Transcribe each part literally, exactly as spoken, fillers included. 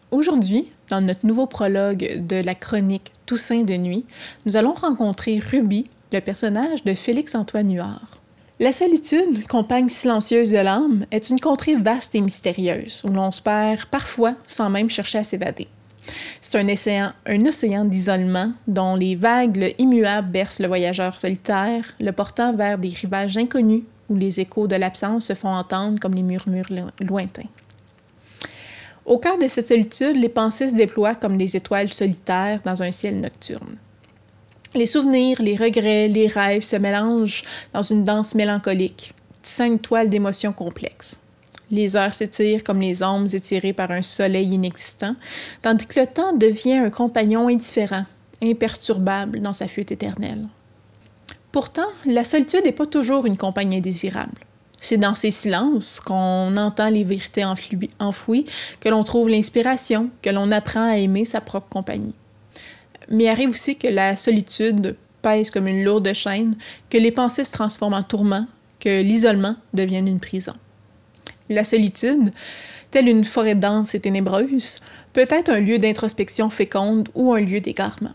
Aujourd'hui, dans notre nouveau prologue de la chronique Toussaint de nuit, nous allons rencontrer Ruby, le personnage de Félix-Antoine Huard. La solitude, compagne silencieuse de l'âme, est une contrée vaste et mystérieuse, où l'on se perd parfois sans même chercher à s'évader. C'est un océan, un océan d'isolement dont les vagues immuables bercent le voyageur solitaire, le portant vers des rivages inconnus où les échos de l'absence se font entendre comme les murmures lo- lointains. Au cœur de cette solitude, les pensées se déploient comme des étoiles solitaires dans un ciel nocturne. Les souvenirs, les regrets, les rêves se mélangent dans une danse mélancolique, tissant une toile d'émotions complexes. Les heures s'étirent comme les ombres étirées par un soleil inexistant, tandis que le temps devient un compagnon indifférent, imperturbable dans sa fuite éternelle. Pourtant, la solitude n'est pas toujours une compagne indésirable. C'est dans ces silences qu'on entend les vérités enfouies, que l'on trouve l'inspiration, que l'on apprend à aimer sa propre compagnie. Mais il arrive aussi que la solitude pèse comme une lourde chaîne, que les pensées se transforment en tourments, que l'isolement devienne une prison. La solitude, telle une forêt dense et ténébreuse, peut être un lieu d'introspection féconde ou un lieu d'égarement.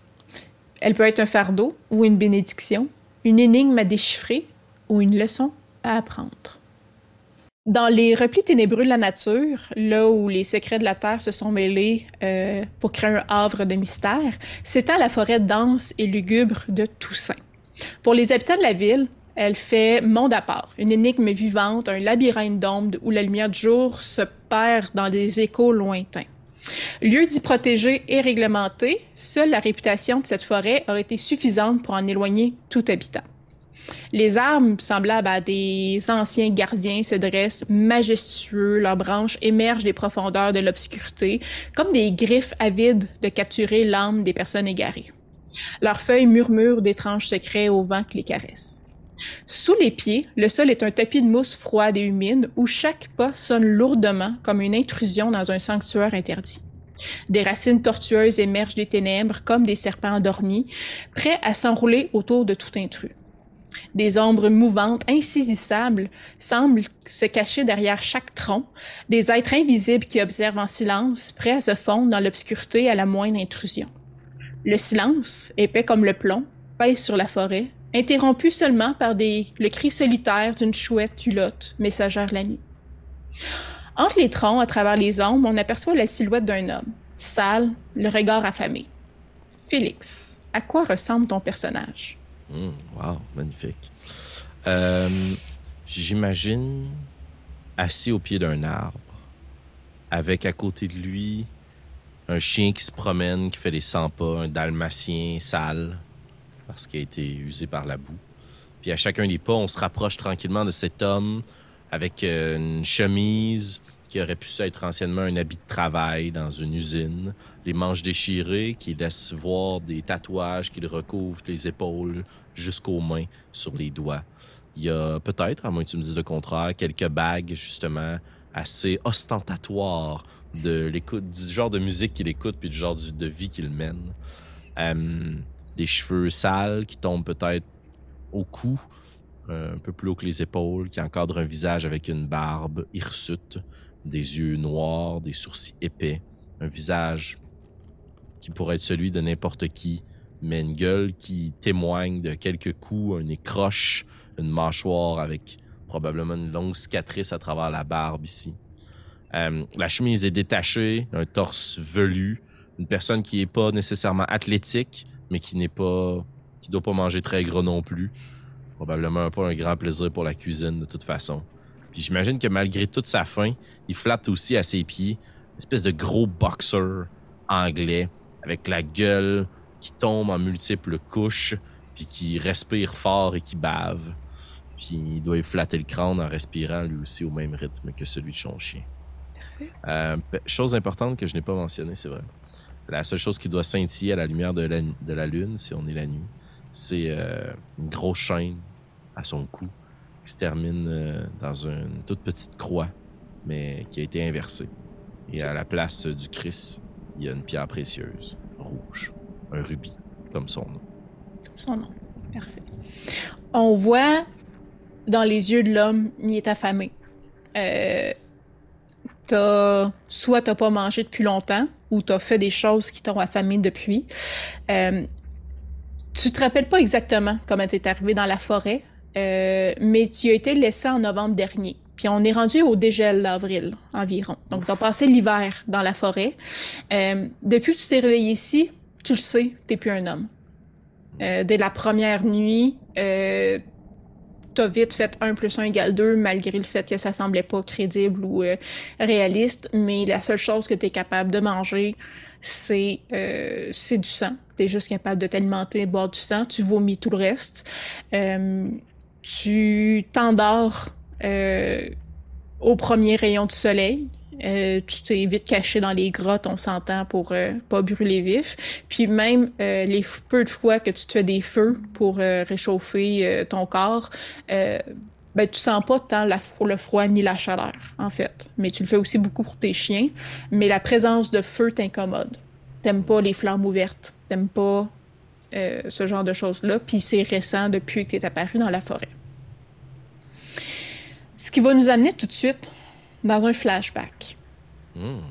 Elle peut être un fardeau ou une bénédiction, une énigme à déchiffrer ou une leçon à apprendre. Dans les replis ténébreux de la nature, là où les secrets de la terre se sont mêlés euh, pour créer un havre de mystère, s'étend la forêt dense et lugubre de Toussaint. Pour les habitants de la ville, elle fait monde à part, une énigme vivante, un labyrinthe d'ombres où la lumière du jour se perd dans des échos lointains. Lieu dit protégé et réglementé, seule la réputation de cette forêt aurait été suffisante pour en éloigner tout habitant. Les arbres, semblables à des anciens gardiens, se dressent majestueux, leurs branches émergent des profondeurs de l'obscurité, comme des griffes avides de capturer l'âme des personnes égarées. Leurs feuilles murmurent d'étranges secrets au vent qui les caresse. Sous les pieds, le sol est un tapis de mousse froide et humide où chaque pas sonne lourdement comme une intrusion dans un sanctuaire interdit. Des racines tortueuses émergent des ténèbres comme des serpents endormis, prêts à s'enrouler autour de tout intrus. Des ombres mouvantes, insaisissables, semblent se cacher derrière chaque tronc, des êtres invisibles qui observent en silence, prêts à se fondre dans l'obscurité à la moindre intrusion. Le silence, épais comme le plomb, pèse sur la forêt, interrompu seulement par des, le cri solitaire d'une chouette hulotte, messagère la nuit. Entre les troncs, à travers les ombres, on aperçoit la silhouette d'un homme, sale, le regard affamé. Félix, à quoi ressemble ton personnage? Mmh, wow, magnifique. Euh, j'imagine assis au pied d'un arbre, avec à côté de lui un chien qui se promène, qui fait des cent pas, un dalmatien sale, parce qu'il a été usé par la boue. Puis à chacun des pas, on se rapproche tranquillement de cet homme avec euh, une chemise qui aurait pu être anciennement un habit de travail dans une usine, les manches déchirées qui laissent voir des tatouages qui le recouvrent les épaules jusqu'aux mains sur les doigts. Il y a peut-être, à moins que tu me dises le contraire, quelques bagues justement assez ostentatoires de l'écoute, du genre de musique qu'il écoute puis du genre de vie qu'il mène. Euh, des cheveux sales qui tombent peut-être au cou, un peu plus haut que les épaules, qui encadrent un visage avec une barbe hirsute, des yeux noirs, des sourcils épais, un visage qui pourrait être celui de n'importe qui, mais une gueule qui témoigne de quelques coups, un nez croche, une mâchoire avec probablement une longue cicatrice à travers la barbe ici. Euh, la chemise est détachée, un torse velu, une personne qui n'est pas nécessairement athlétique, mais qui n'est pas, qui doit pas manger très gros non plus. Probablement pas un grand plaisir pour la cuisine de toute façon. Puis j'imagine que malgré toute sa faim, il flatte aussi à ses pieds une espèce de gros boxer anglais avec la gueule qui tombe en multiples couches puis qui respire fort et qui bave. Puis il doit flatter le crâne en respirant lui aussi au même rythme que celui de son chien. Euh, chose importante que je n'ai pas mentionnée, c'est vrai. La seule chose qui doit scintiller à la lumière de la, de la lune, si on est la nuit, c'est euh, une grosse chaîne à son cou qui se termine euh, dans une toute petite croix, mais qui a été inversée. Et à la place du Christ, il y a une pierre précieuse, rouge, un rubis, comme son nom. Comme son nom, parfait. On voit dans les yeux de l'homme, il est affamé. Euh, t'as, soit t'as pas mangé depuis longtemps, ou t'as fait des choses qui t'ont affamé depuis. Euh, tu te rappelles pas exactement comment t'es arrivé dans la forêt, euh, mais tu as été laissé en novembre dernier. Puis on est rendu au dégel d'avril environ. Donc, t'as passé l'hiver dans la forêt. Euh, depuis que tu t'es réveillé ici, tu le sais, t'es plus un homme. Euh, dès la première nuit, euh, t'as vite fait un plus un égale deux, malgré le fait que ça semblait pas crédible ou euh, réaliste. Mais la seule chose que t'es capable de manger, c'est euh, c'est du sang. T'es juste capable de t'alimenter, de boire du sang. Tu vomis tout le reste. Euh, tu t'endors euh, au premier rayon du soleil. Euh, tu t'es vite caché dans les grottes, on s'entend, pour euh, pas brûler vif. Puis même euh, les f- peu de fois que tu te fais des feux pour euh, réchauffer euh, ton corps, euh, ben tu sens pas tant la fro- le froid ni la chaleur, en fait. Mais tu le fais aussi beaucoup pour tes chiens. Mais la présence de feu t'incommode. T'aimes pas les flammes ouvertes. T'aimes pas euh, ce genre de choses-là. Puis c'est récent depuis que t'es apparu dans la forêt. Ce qui va nous amener tout de suite dans un flashback. Mm.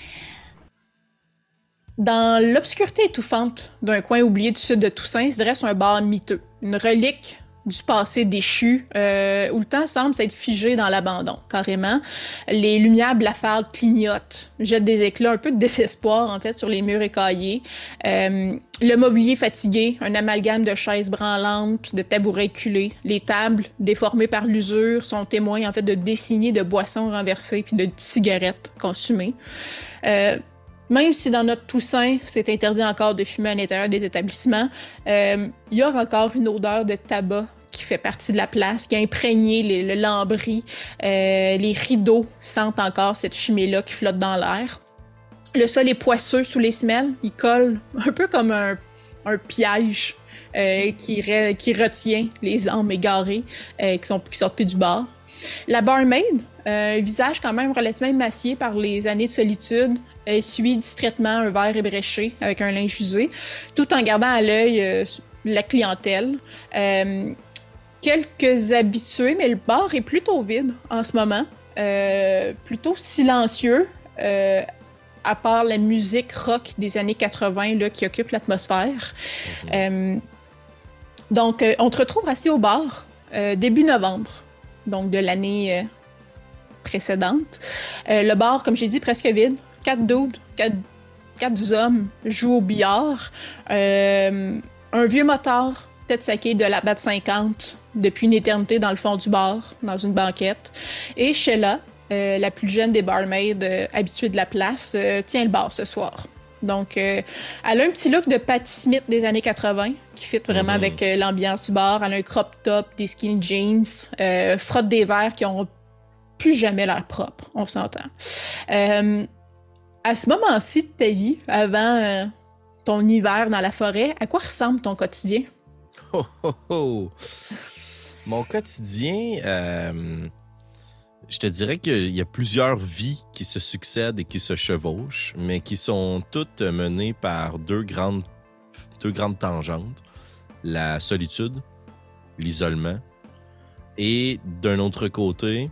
Dans l'obscurité étouffante d'un coin oublié du sud de Toussaint se dresse un bar miteux, une relique du passé déchu, euh, où le temps semble s'être figé dans l'abandon, carrément. Les lumières blafardes clignotent, jettent des éclats, un peu de désespoir, en fait, sur les murs écaillés. Euh, le mobilier fatigué, un amalgame de chaises branlantes, de tabourets culés. Les tables, déformées par l'usure, sont témoins, en fait, de décennies de boissons renversées puis de cigarettes consumées. Euh, Même si dans notre Toussaint, c'est interdit encore de fumer à l'intérieur des établissements, euh, il y a encore une odeur de tabac qui fait partie de la place, qui a imprégné les, le lambris. Euh, les rideaux sentent encore cette fumée-là qui flotte dans l'air. Le sol est poisseux sous les semelles. Il colle un peu comme un, un piège euh, qui, re, qui retient les âmes égarées euh, qui, sont, qui sortent plus du bar. La barmaid, euh, un visage quand même relativement émacié par les années de solitude, essuie distraitement un verre ébréché avec un linge usé, tout en gardant à l'œil euh, la clientèle. Euh, quelques habitués, mais le bar est plutôt vide en ce moment, euh, plutôt silencieux, euh, à part la musique rock des années quatre-vingts là, qui occupe l'atmosphère. Mm-hmm. Euh, donc, euh, on te retrouve assis au bar euh, début novembre, donc de l'année euh, précédente. Euh, le bar, comme j'ai dit, presque vide. Quatre dudes, quatre, quatre hommes jouent au billard. Euh, un vieux motard, tête saquée de la batte cinquante, depuis une éternité dans le fond du bar, dans une banquette. Et Sheila, euh, la plus jeune des barmaids euh, habituée de la place, euh, tient le bar ce soir. Donc, euh, elle a un petit look de Patti Smith des années quatre-vingts, qui fit vraiment mm-hmm. avec euh, l'ambiance du bar. Elle a un crop top, des skinny jeans, euh, frotte des verres qui ont plus jamais l'air propre, on s'entend. Euh, à ce moment-ci de ta vie, avant euh, ton hiver dans la forêt, à quoi ressemble ton quotidien? Oh, oh, oh. Mon quotidien, euh, je te dirais qu'il y a plusieurs vies qui se succèdent et qui se chevauchent, mais qui sont toutes menées par deux grandes, deux grandes tangentes. La solitude, l'isolement, et d'un autre côté,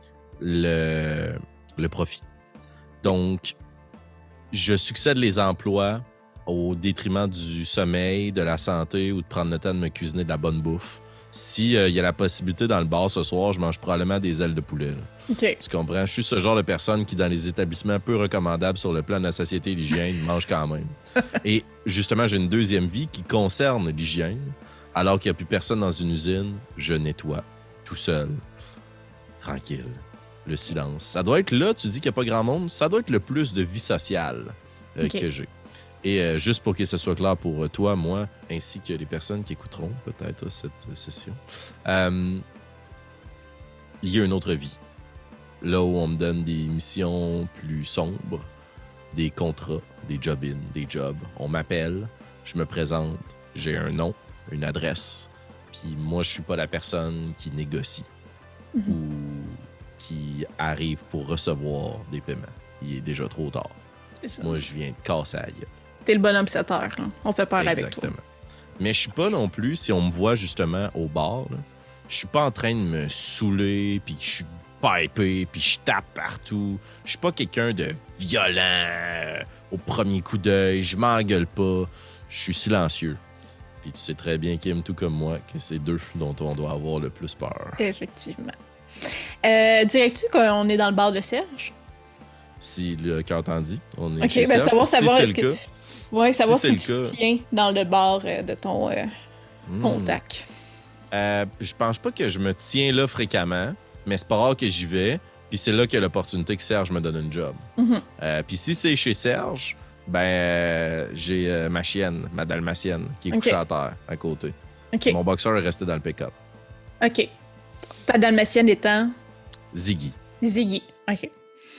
le, le profit. Donc, je succède les emplois au détriment du sommeil, de la santé ou de prendre le temps de me cuisiner de la bonne bouffe. S'il euh, y a la possibilité dans le bar ce soir, je mange probablement des ailes de poulet. Okay. Tu comprends? Je suis ce genre de personne qui, dans les établissements peu recommandables sur le plan de la société et l'hygiène, mange quand même. Et justement, j'ai une deuxième vie qui concerne l'hygiène. Alors qu'il n'y a plus personne dans une usine, je nettoie, tout seul, tranquille. Le silence. Ça doit être là, tu dis qu'il n'y a pas grand monde, ça doit être le plus de vie sociale euh, okay. que j'ai. Et euh, juste pour que ce soit clair pour toi, moi, ainsi que les personnes qui écouteront peut-être cette session, euh, il y a une autre vie. Là où on me donne des missions plus sombres, des contrats, des job-in, des jobs. On m'appelle, je me présente, j'ai un nom, une adresse, puis moi, je suis pas la personne qui négocie mm-hmm. ou qui arrive pour recevoir des paiements. Il est déjà trop tard. Moi, je viens de casser la gueule. T'es le bonhomme sept heures, là. On fait peur Exactement. Avec toi. Mais je suis pas non plus, si on me voit justement au bar, là, je suis pas en train de me saouler puis je suis piper, puis je tape partout. Je suis pas quelqu'un de violent euh, au premier coup d'œil. Je m'engueule pas. Je suis silencieux. Puis tu sais très bien, Kim, tout comme moi, que c'est d'eux dont on doit avoir le plus peur. Effectivement. Euh, dirais-tu qu'on est dans le bar de Serge? Si le cœur t'en dit, on est Ok, chez ben Serge. savoir, Si savoir c'est est-ce le que... cas, Ouais, savoir Si si, c'est tu le cas. tiens dans le bar euh, de ton euh, hmm, contact. euh, je pense pas que je me tiens là fréquemment, mais c'est pas rare que j'y vais. Puis c'est là qu'il y a l'opportunité que Serge me donne une job. Mhm. Euh, puis si c'est chez Serge, ben euh, j'ai euh, ma chienne, ma dalmatienne, qui est Ok. couchée à terre à côté. Ok, Mon boxeur est resté dans le pick-up. ok. Ta dalmatienne étant Ziggy. Ziggy. Ok.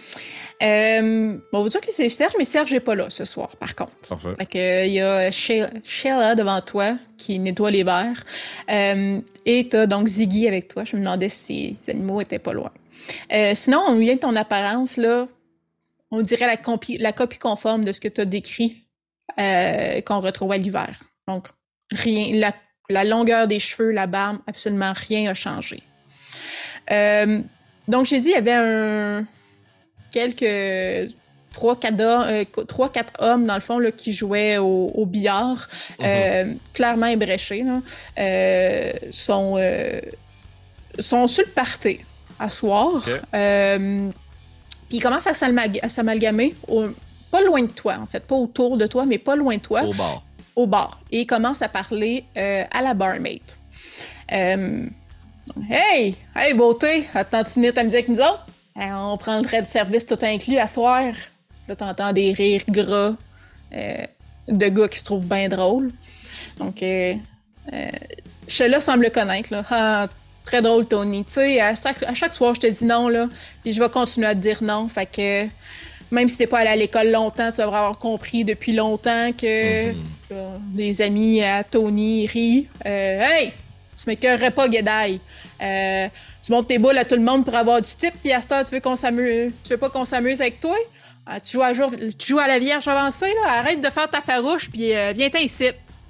Euh, bon, on va dire que c'est Serge, mais Serge n'est pas là ce soir, par contre. Parfait. Fait que, il y a She- Sheila devant toi qui nettoie les verres. Euh, et t'as donc Ziggy avec toi. Je me demandais si ces animaux étaient pas loin. Euh, sinon, on vient de ton apparence, là, on dirait la, compi- la copie conforme de ce que tu as décrit euh, qu'on retrouve à l'hiver. Donc, rien, la, la longueur des cheveux, la barbe, absolument rien n'a changé. Euh, donc, j'ai dit, il y avait un quelques trois quatre euh, trois, quatre hommes, dans le fond, là, qui jouaient au, au billard, Mhm. euh, clairement ébréchés, là, euh, sont, euh, sont sur le party à soir. Ok. Euh, puis ils commencent à, s'amalga- à s'amalgamer, au- pas loin de toi, en fait, pas autour de toi, mais pas loin de toi, Au bar. au bar. Et ils commencent à parler euh, à la barmaid. Euh, hey! Hey, beauté! Attends-tu venir t'amuser avec nous autres? Hey, on prend le service tout inclus à soir. Là, t'entends des rires gras euh, de gars qui se trouvent bien drôles. Donc, euh, euh, Sheila semble le connaître, là. Ah, très drôle, Tony. Tu sais, à chaque, à chaque soir, je te dis non, là, puis je vais continuer à te dire non. Fait que, même si t'es pas allé à l'école longtemps, tu devrais avoir compris depuis longtemps que Mhm. là, les amis à Tony rient. Euh, hey! Tu m'écœurerais pas, Guédaille. Euh, tu montes tes boules à tout le monde pour avoir du type, puis à cette heure, tu veux qu'on s'amuse. Tu veux pas qu'on s'amuse avec toi? Euh, tu, joues à jour... tu joues à la Vierge avancée, là? Arrête de faire ta farouche, puis euh, viens-t'en ici.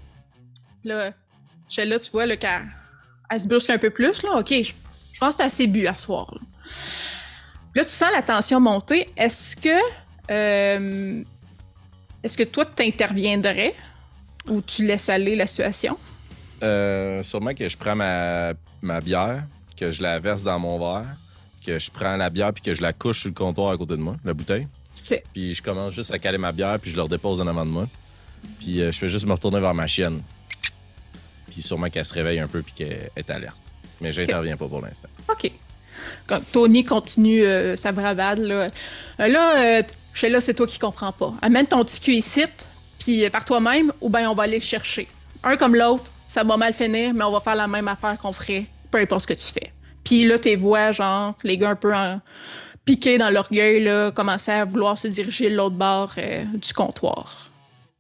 Là, Sheila, tu vois, là, qu'elle elle se brusque un peu plus, là. OK, je, je pense que t'as assez bu à soir, là. Puis là, tu sens la tension monter. Est-ce que... euh, est-ce que toi, tu interviendrais ou tu laisses aller la situation? Euh, sûrement que je prends ma, ma bière, que je la verse dans mon verre, que je prends la bière puis que je la couche sur le comptoir à côté de moi, la bouteille. OK. Puis je commence juste à caler ma bière puis je le redépose en avant de moi. Puis euh, je fais juste me retourner vers ma chienne. Puis sûrement qu'elle se réveille un peu puis qu'elle est alerte. Mais j'interviens pas pour l'instant. OK. Quand Tony continue euh, sa bravade, là, euh, là euh, Sheila, c'est toi qui comprends pas. Amène ton petit cul ici, puis euh, par toi-même, ou bien on va aller le chercher. Un comme l'autre, ça va mal finir, mais on va faire la même affaire qu'on ferait, peu importe ce que tu fais. Puis là, tes voix, genre, les gars un peu en... piqués dans l'orgueil, là, commençaient à vouloir se diriger de l'autre bord euh, du comptoir.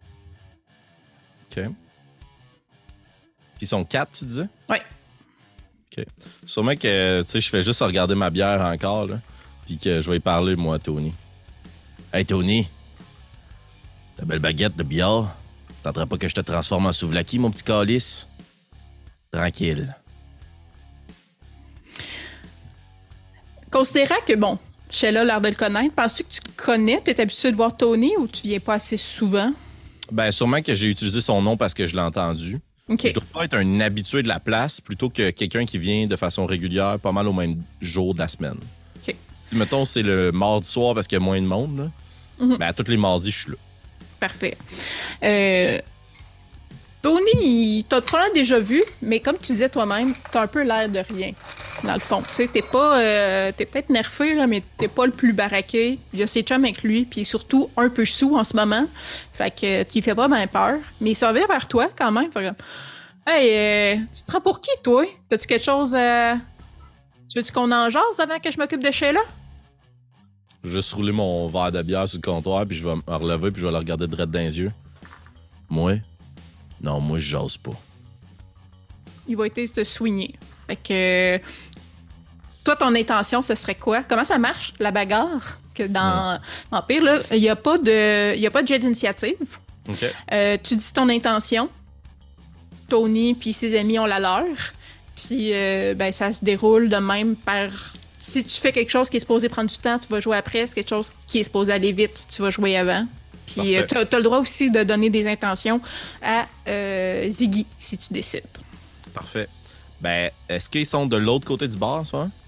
OK. Puis ils sont quatre, tu disais? Ouais. OK. Sûrement que, tu sais, je fais juste regarder ma bière encore, là. Puis que je vais y parler, moi, à Tony. Hey, Tony. Ta belle baguette de billard. T'entends pas que je te transforme en souvlaki, mon petit calice? Tranquille. Considérant que, bon, Sheila a l'air de le connaître, penses-tu que tu connais, tu es habitué de voir Tony ou tu viens pas assez souvent? Ben, sûrement que j'ai utilisé son nom parce que je l'ai entendu. OK. Je dois pas être un habitué de la place plutôt que quelqu'un qui vient de façon régulière, pas mal au même jour de la semaine. OK. Si, mettons, c'est le mardi soir parce qu'il y a moins de monde, là, Mhm. ben, à tous les mardis, je suis là. Parfait. Euh, Tony, il t'a probablement déjà vu, mais comme tu disais toi-même, t'as un peu l'air de rien, dans le fond. Tu sais, t'es pas... euh, t'es peut-être nerfé, là, mais t'es pas le plus baraqué. Il y a ses chums avec lui, puis surtout un peu sous en ce moment. Fait que tu lui fais pas bien peur. Mais il s'en vient vers toi, quand même. Fait que, hey, euh, tu te prends pour qui, toi? T'as-tu quelque chose à... Tu veux-tu qu'on en jase avant que je m'occupe de Sheila? Je vais juste rouler mon verre de bière sur le comptoir, puis je vais me relever, puis je vais le regarder droit dans les yeux. Moi? Non, moi, je jase pas. Il va essayer de te soigner. Fait que... Toi, ton intention, ce serait quoi? Comment ça marche, la bagarre? Que dans Empire, là, il n'y a pas de... Il y a pas de jet d'initiative. OK. Euh, tu dis ton intention. Tony puis ses amis ont la leur. Puis, euh, ben, ça se déroule de même par si tu fais quelque chose qui est supposé prendre du temps, tu vas jouer après. Si quelque chose qui est supposé aller vite, tu vas jouer avant. Puis tu as le droit aussi de donner des intentions à euh, Ziggy, si tu décides. Parfait. Ben, est-ce qu'ils sont de l'autre côté du bar en ce moment?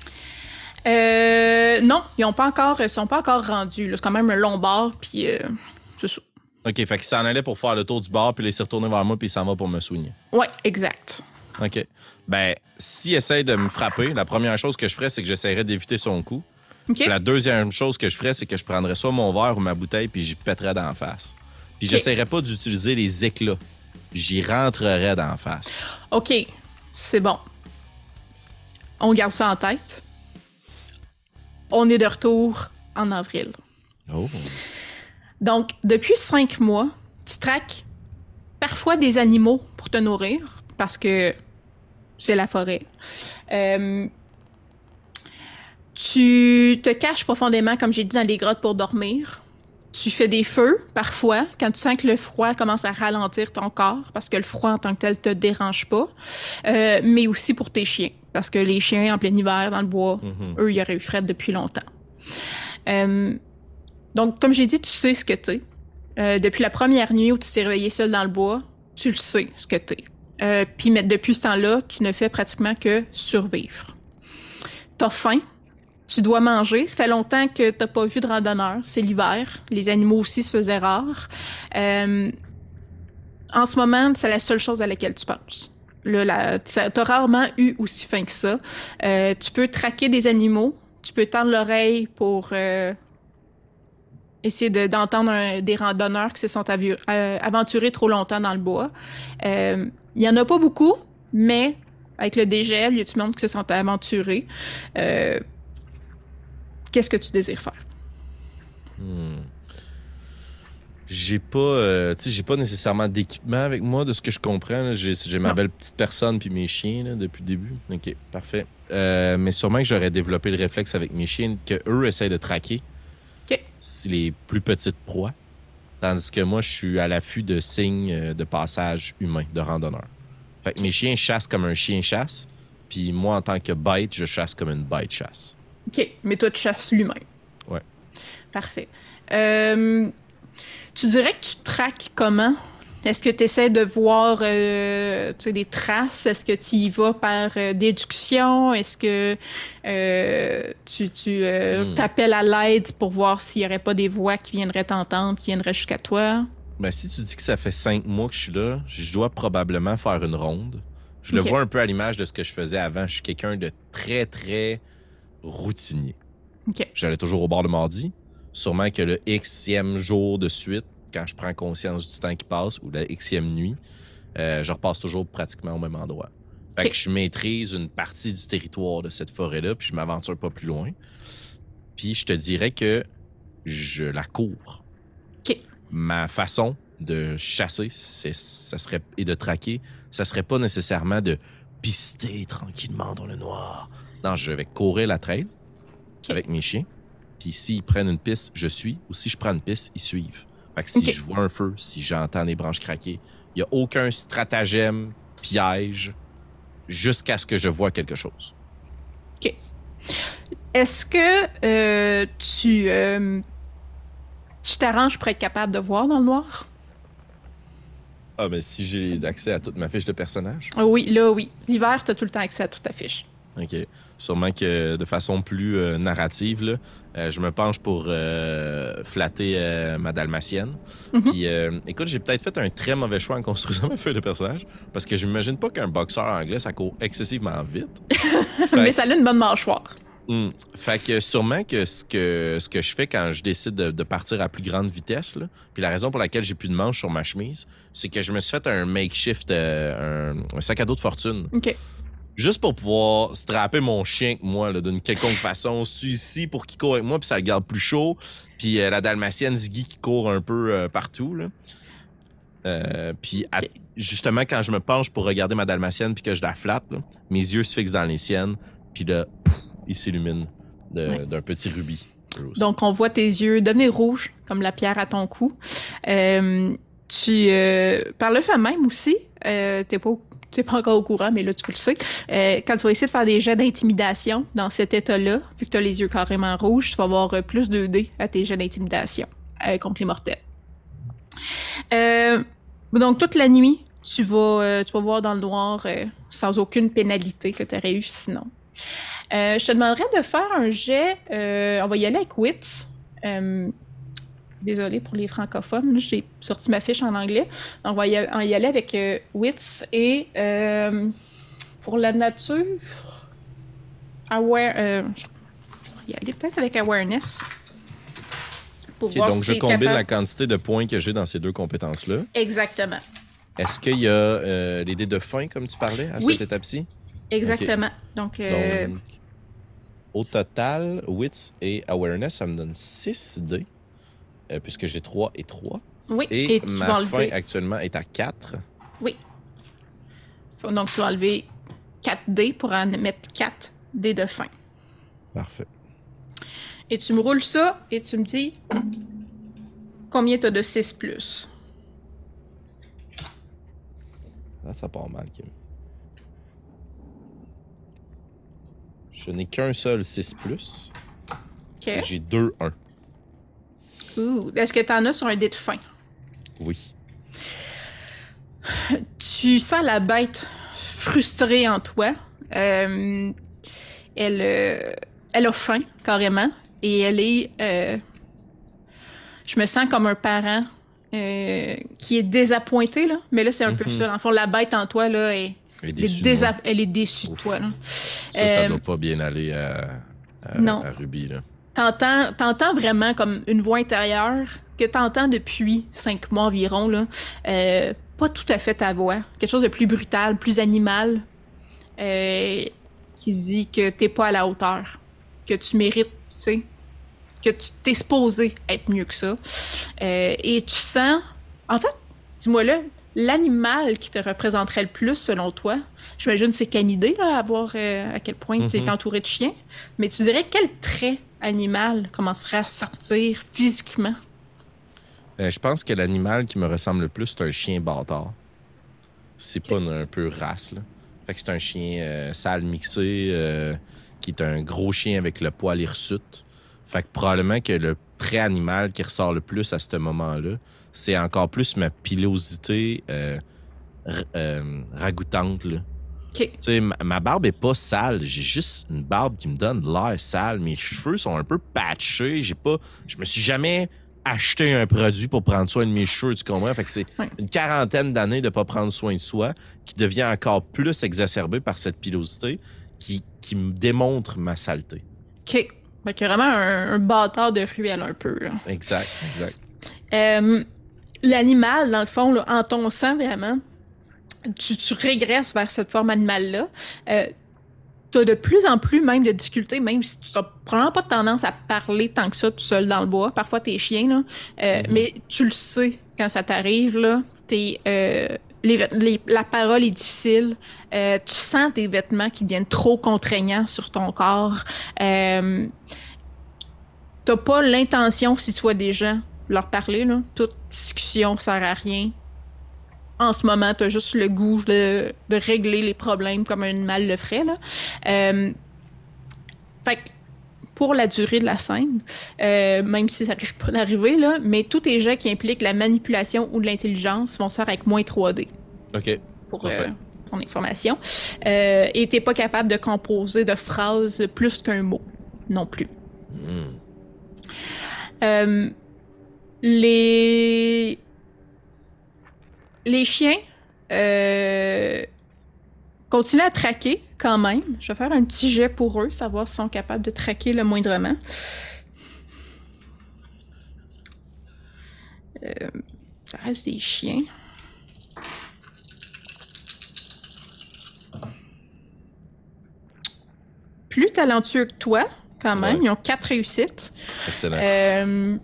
Euh, non, ils ont pas encore, ils sont pas encore rendus. Là. C'est quand même un long bar, puis euh, c'est ça. OK, fait qu'il s'en allait pour faire le tour du bar, puis il s'est retourné vers moi, puis il s'en va pour me soigner. Ouais, exact. OK. Ben, s'il essaie de me frapper, la première chose que je ferais, c'est que j'essaierais d'éviter son coup. OK. Puis la deuxième chose que je ferais, c'est que je prendrais soit mon verre ou ma bouteille, puis j'y pèterais d'en face. Puis okay. j'essaierais pas d'utiliser les éclats. J'y rentrerais d'en face. OK, c'est bon. On garde ça en tête. On est de retour en avril. Oh. Donc, depuis cinq mois, tu traques parfois des animaux pour te nourrir, parce que c'est la forêt. Euh, tu te caches profondément, comme j'ai dit, dans les grottes pour dormir. Tu fais des feux, parfois, quand tu sens que le froid commence à ralentir ton corps, parce que le froid en tant que tel te dérange pas, euh, mais aussi pour tes chiens, parce que les chiens, en plein hiver, dans le bois, mm-hmm. eux, ils auraient eu fret depuis longtemps. Euh, donc, comme j'ai dit, tu sais ce que t'es. Euh, depuis la première nuit où tu t'es réveillé seul dans le bois, tu le sais ce que t'es. Euh, Puis depuis ce temps-là, tu ne fais pratiquement que survivre. T'as faim. Tu dois manger. Ça fait longtemps que t'as pas vu de randonneur. C'est l'hiver. Les animaux aussi se faisaient rares. Euh, en ce moment, c'est la seule chose à laquelle tu penses. Là, la, t'as rarement eu aussi faim que ça. Euh, tu peux traquer des animaux. Tu peux tendre l'oreille pour euh, essayer de, d'entendre un, des randonneurs qui se sont avu- euh, aventurés trop longtemps dans le bois. Il euh, y en a pas beaucoup, mais avec le dégel, il y a du monde qui se sont aventurés. Euh, Qu'est-ce que tu désires faire? Hmm. J'ai pas, euh, tu sais, j'ai pas nécessairement d'équipement avec moi, de ce que je comprends. Là. J'ai, j'ai ma non. belle petite personne puis mes chiens là, depuis le début. OK, parfait. Euh, mais sûrement que j'aurais développé le réflexe avec mes chiens qu'eux essaient de traquer okay. les plus petites proies. Tandis que moi, je suis à l'affût de signes de passage humain, de randonneur. Fait que mes chiens chassent comme un chien chasse, puis moi, en tant que bête, je chasse comme une bête chasse. OK, mais toi, tu chasses l'humain. Ouais. Parfait. Euh, tu dirais que tu traques comment? Est-ce que tu essaies de voir euh, tu sais, des traces? Est-ce que tu y vas par euh, déduction? Est-ce que euh, tu, tu euh, hmm. t'appelles à l'aide pour voir s'il n'y aurait pas des voix qui viendraient t'entendre, qui viendraient jusqu'à toi? Ben, si tu dis que ça fait cinq mois que je suis là, je dois probablement faire une ronde. Je okay. le vois un peu à l'image de ce que je faisais avant. Je suis quelqu'un de très, très routinier. Okay. J'allais toujours au bar le mardi. Sûrement que le Xème jour de suite, quand je prends conscience du temps qui passe, ou la Xème nuit, euh, je repasse toujours pratiquement au même endroit. Fait okay. que je maîtrise une partie du territoire de cette forêt-là, puis je m'aventure pas plus loin. Puis je te dirais que je la cours. Okay. Ma façon de chasser c'est, ça serait, et de traquer, ça serait pas nécessairement de pister tranquillement dans le noir. Non, je vais courir la trail okay. avec mes chiens. Puis s'ils prennent une piste, je suis. Ou si je prends une piste, ils suivent. Fait que si okay. je vois un feu, si j'entends des branches craquer, il n'y a aucun stratagème, piège, jusqu'à ce que je vois quelque chose. OK. Est-ce que euh, tu, euh, tu t'arranges pour être capable de voir dans le noir? Ah, mais si j'ai les accès à toute ma fiche de personnage? Oh oui, là, oui. L'hiver, tu as tout le temps accès à toute ta fiche. OK. Sûrement que de façon plus euh, narrative, là, euh, je me penche pour euh, flatter euh, ma dalmatienne. Mm-hmm. Puis, euh, écoute, j'ai peut-être fait un très mauvais choix en construisant ma feuille de personnage parce que je m'imagine pas qu'un boxeur anglais, ça court excessivement vite. Fait... Mais ça a une bonne mâchoire. Mm. Fait que sûrement que ce que, ce que je fais quand je décide de, de partir à plus grande vitesse, là, puis la raison pour laquelle j'ai plus de manches sur ma chemise, c'est que je me suis fait un makeshift, euh, un, un sac à dos de fortune. OK. Juste pour pouvoir strapper mon chien avec moi, là, d'une quelconque façon. Je suis ici pour qu'il court avec moi, puis ça le garde plus chaud. Puis euh, la dalmatienne Ziggy qui court un peu euh, partout. Là. Euh, puis okay. justement, quand je me penche pour regarder ma dalmatienne puis que je la flatte, là, mes yeux se fixent dans les siennes. Puis là, pouf, ils s'illuminent de, ouais. d'un petit rubis. Donc, on voit tes yeux devenir rouges, comme la pierre à ton cou. Euh, tu, euh, par le fait même aussi, euh, t'es pas tu n'es pas encore au courant, mais là, tu le sais. Euh, quand tu vas essayer de faire des jets d'intimidation dans cet état-là, vu que tu as les yeux carrément rouges, tu vas avoir euh, plus deux dés à tes jets d'intimidation euh, contre les mortels. Euh, donc, toute la nuit, tu vas, euh, tu vas voir dans le noir euh, sans aucune pénalité que tu aurais eu sinon. Euh, je te demanderais de faire un jet. Euh, on va y aller avec Wits. Euh, désolée pour les francophones, j'ai sorti ma fiche en anglais. On va y, y aller avec euh, Wits et euh, pour la nature, aware, euh, je vais y aller peut-être avec Awareness. Pour OK, voir donc si je t'es combine capable. la quantité de points que j'ai dans ces deux compétences-là. Exactement. Est-ce qu'il y a euh, les dés de fin, comme tu parlais, à Oui. cette étape-ci? Exactement. Donc, euh, Donc, au total, Wits et Awareness, ça me donne six dés, euh, puisque j'ai trois et trois. oui. Et, tu ma vas fin enlever. actuellement est à quatre. Oui. Donc, tu vas enlever quatre dés pour en mettre quatre dés de fin. Parfait. Et tu me roules ça et tu me dis combien tu as de six plus. Ah, ça part mal, Kim. Je n'ai qu'un seul six plus. OK. Et j'ai deux un. Ouh. Est-ce que tu en as sur un dé de fin? Oui. Tu sens la bête frustrée en toi. Euh, elle, euh, elle a faim, carrément. Et elle est... euh, je me sens comme un parent euh, qui est désappointé, là. Mais là, c'est un peu Mhm. ça. Dans le fond, la bête en toi, là, est, Elle est elle, déçue est de désa- moi. elle est déçue de Ouf. toi, là. Ça, ça Euh, doit pas bien aller à, à, non. à Ruby, là. T'entends, t'entends vraiment comme une voix intérieure que t'entends depuis cinq mois environ, là. Euh, pas tout à fait ta voix. Quelque chose de plus brutal, plus animal, euh, qui se dit que t'es pas à la hauteur, que tu mérites, tu sais, que tu t'es supposé être mieux que ça. Euh, et tu sens... En fait, dis-moi là, l'animal qui te représenterait le plus, selon toi, j'imagine c'est canidé, là, à voir euh, à quel point tu es Mhm. entouré de chiens, mais tu dirais quel trait animal commencerait à sortir physiquement? Euh, je pense que l'animal qui me ressemble le plus, c'est un chien bâtard. C'est pas une- un peu race, là. Fait que c'est un chien euh, sale mixé, euh, qui est un gros chien avec le poil hirsute. Fait que probablement que le trait animal qui ressort le plus à ce moment-là, c'est encore plus ma pilosité euh, r- euh, ragoûtante, là. OK. Tu sais, ma, ma barbe est pas sale. J'ai juste une barbe qui me donne l'air sale. Mes cheveux sont un peu patchés. J'ai pas... Je me suis jamais acheté un produit pour prendre soin de mes cheveux, tu comprends? Fait que c'est Ouais. une quarantaine d'années de pas prendre soin de soi qui devient encore plus exacerbée par cette pilosité qui, qui me démontre ma saleté. OK. Fait que vraiment un, un bâtard de ruelle un peu, là. Exact, exact. Euh, l'animal, dans le fond, là, en ton sang, vraiment, tu, tu régresses vers cette forme animale-là. Euh, tu as de plus en plus même de difficultés, même si tu n'as probablement pas tendance à parler tant que ça tout seul dans le bois. Parfois, t'es chien, là. Euh, Mhm. Mais tu le sais quand ça t'arrive, là. T'es, euh, les, vêt- les- la parole est difficile. Euh, tu sens tes vêtements qui deviennent trop contraignants sur ton corps. Euh, T'as pas l'intention, si tu vois des gens, leur parler, là. Toute discussion sert à rien. En ce moment, t'as juste le goût de, de régler les problèmes comme un animal le ferait, là. Euh, fait que pour la durée de la scène, euh, même si ça risque pas d'arriver, là, mais tous tes jets qui impliquent la manipulation ou de l'intelligence vont se faire avec moins trois dés. OK. Pour Parfait. euh, ton information. Euh, et t'es pas capable de composer de phrases plus qu'un mot non plus. Mm. Euh, les... les chiens euh, continuent à traquer quand même. Je vais faire un petit jet pour eux, savoir s'ils sont capables de traquer le moindrement. Euh, ça reste des chiens. Plus talentueux que toi, quand même. Ouais. Ils ont quatre réussites. Excellent. Euh,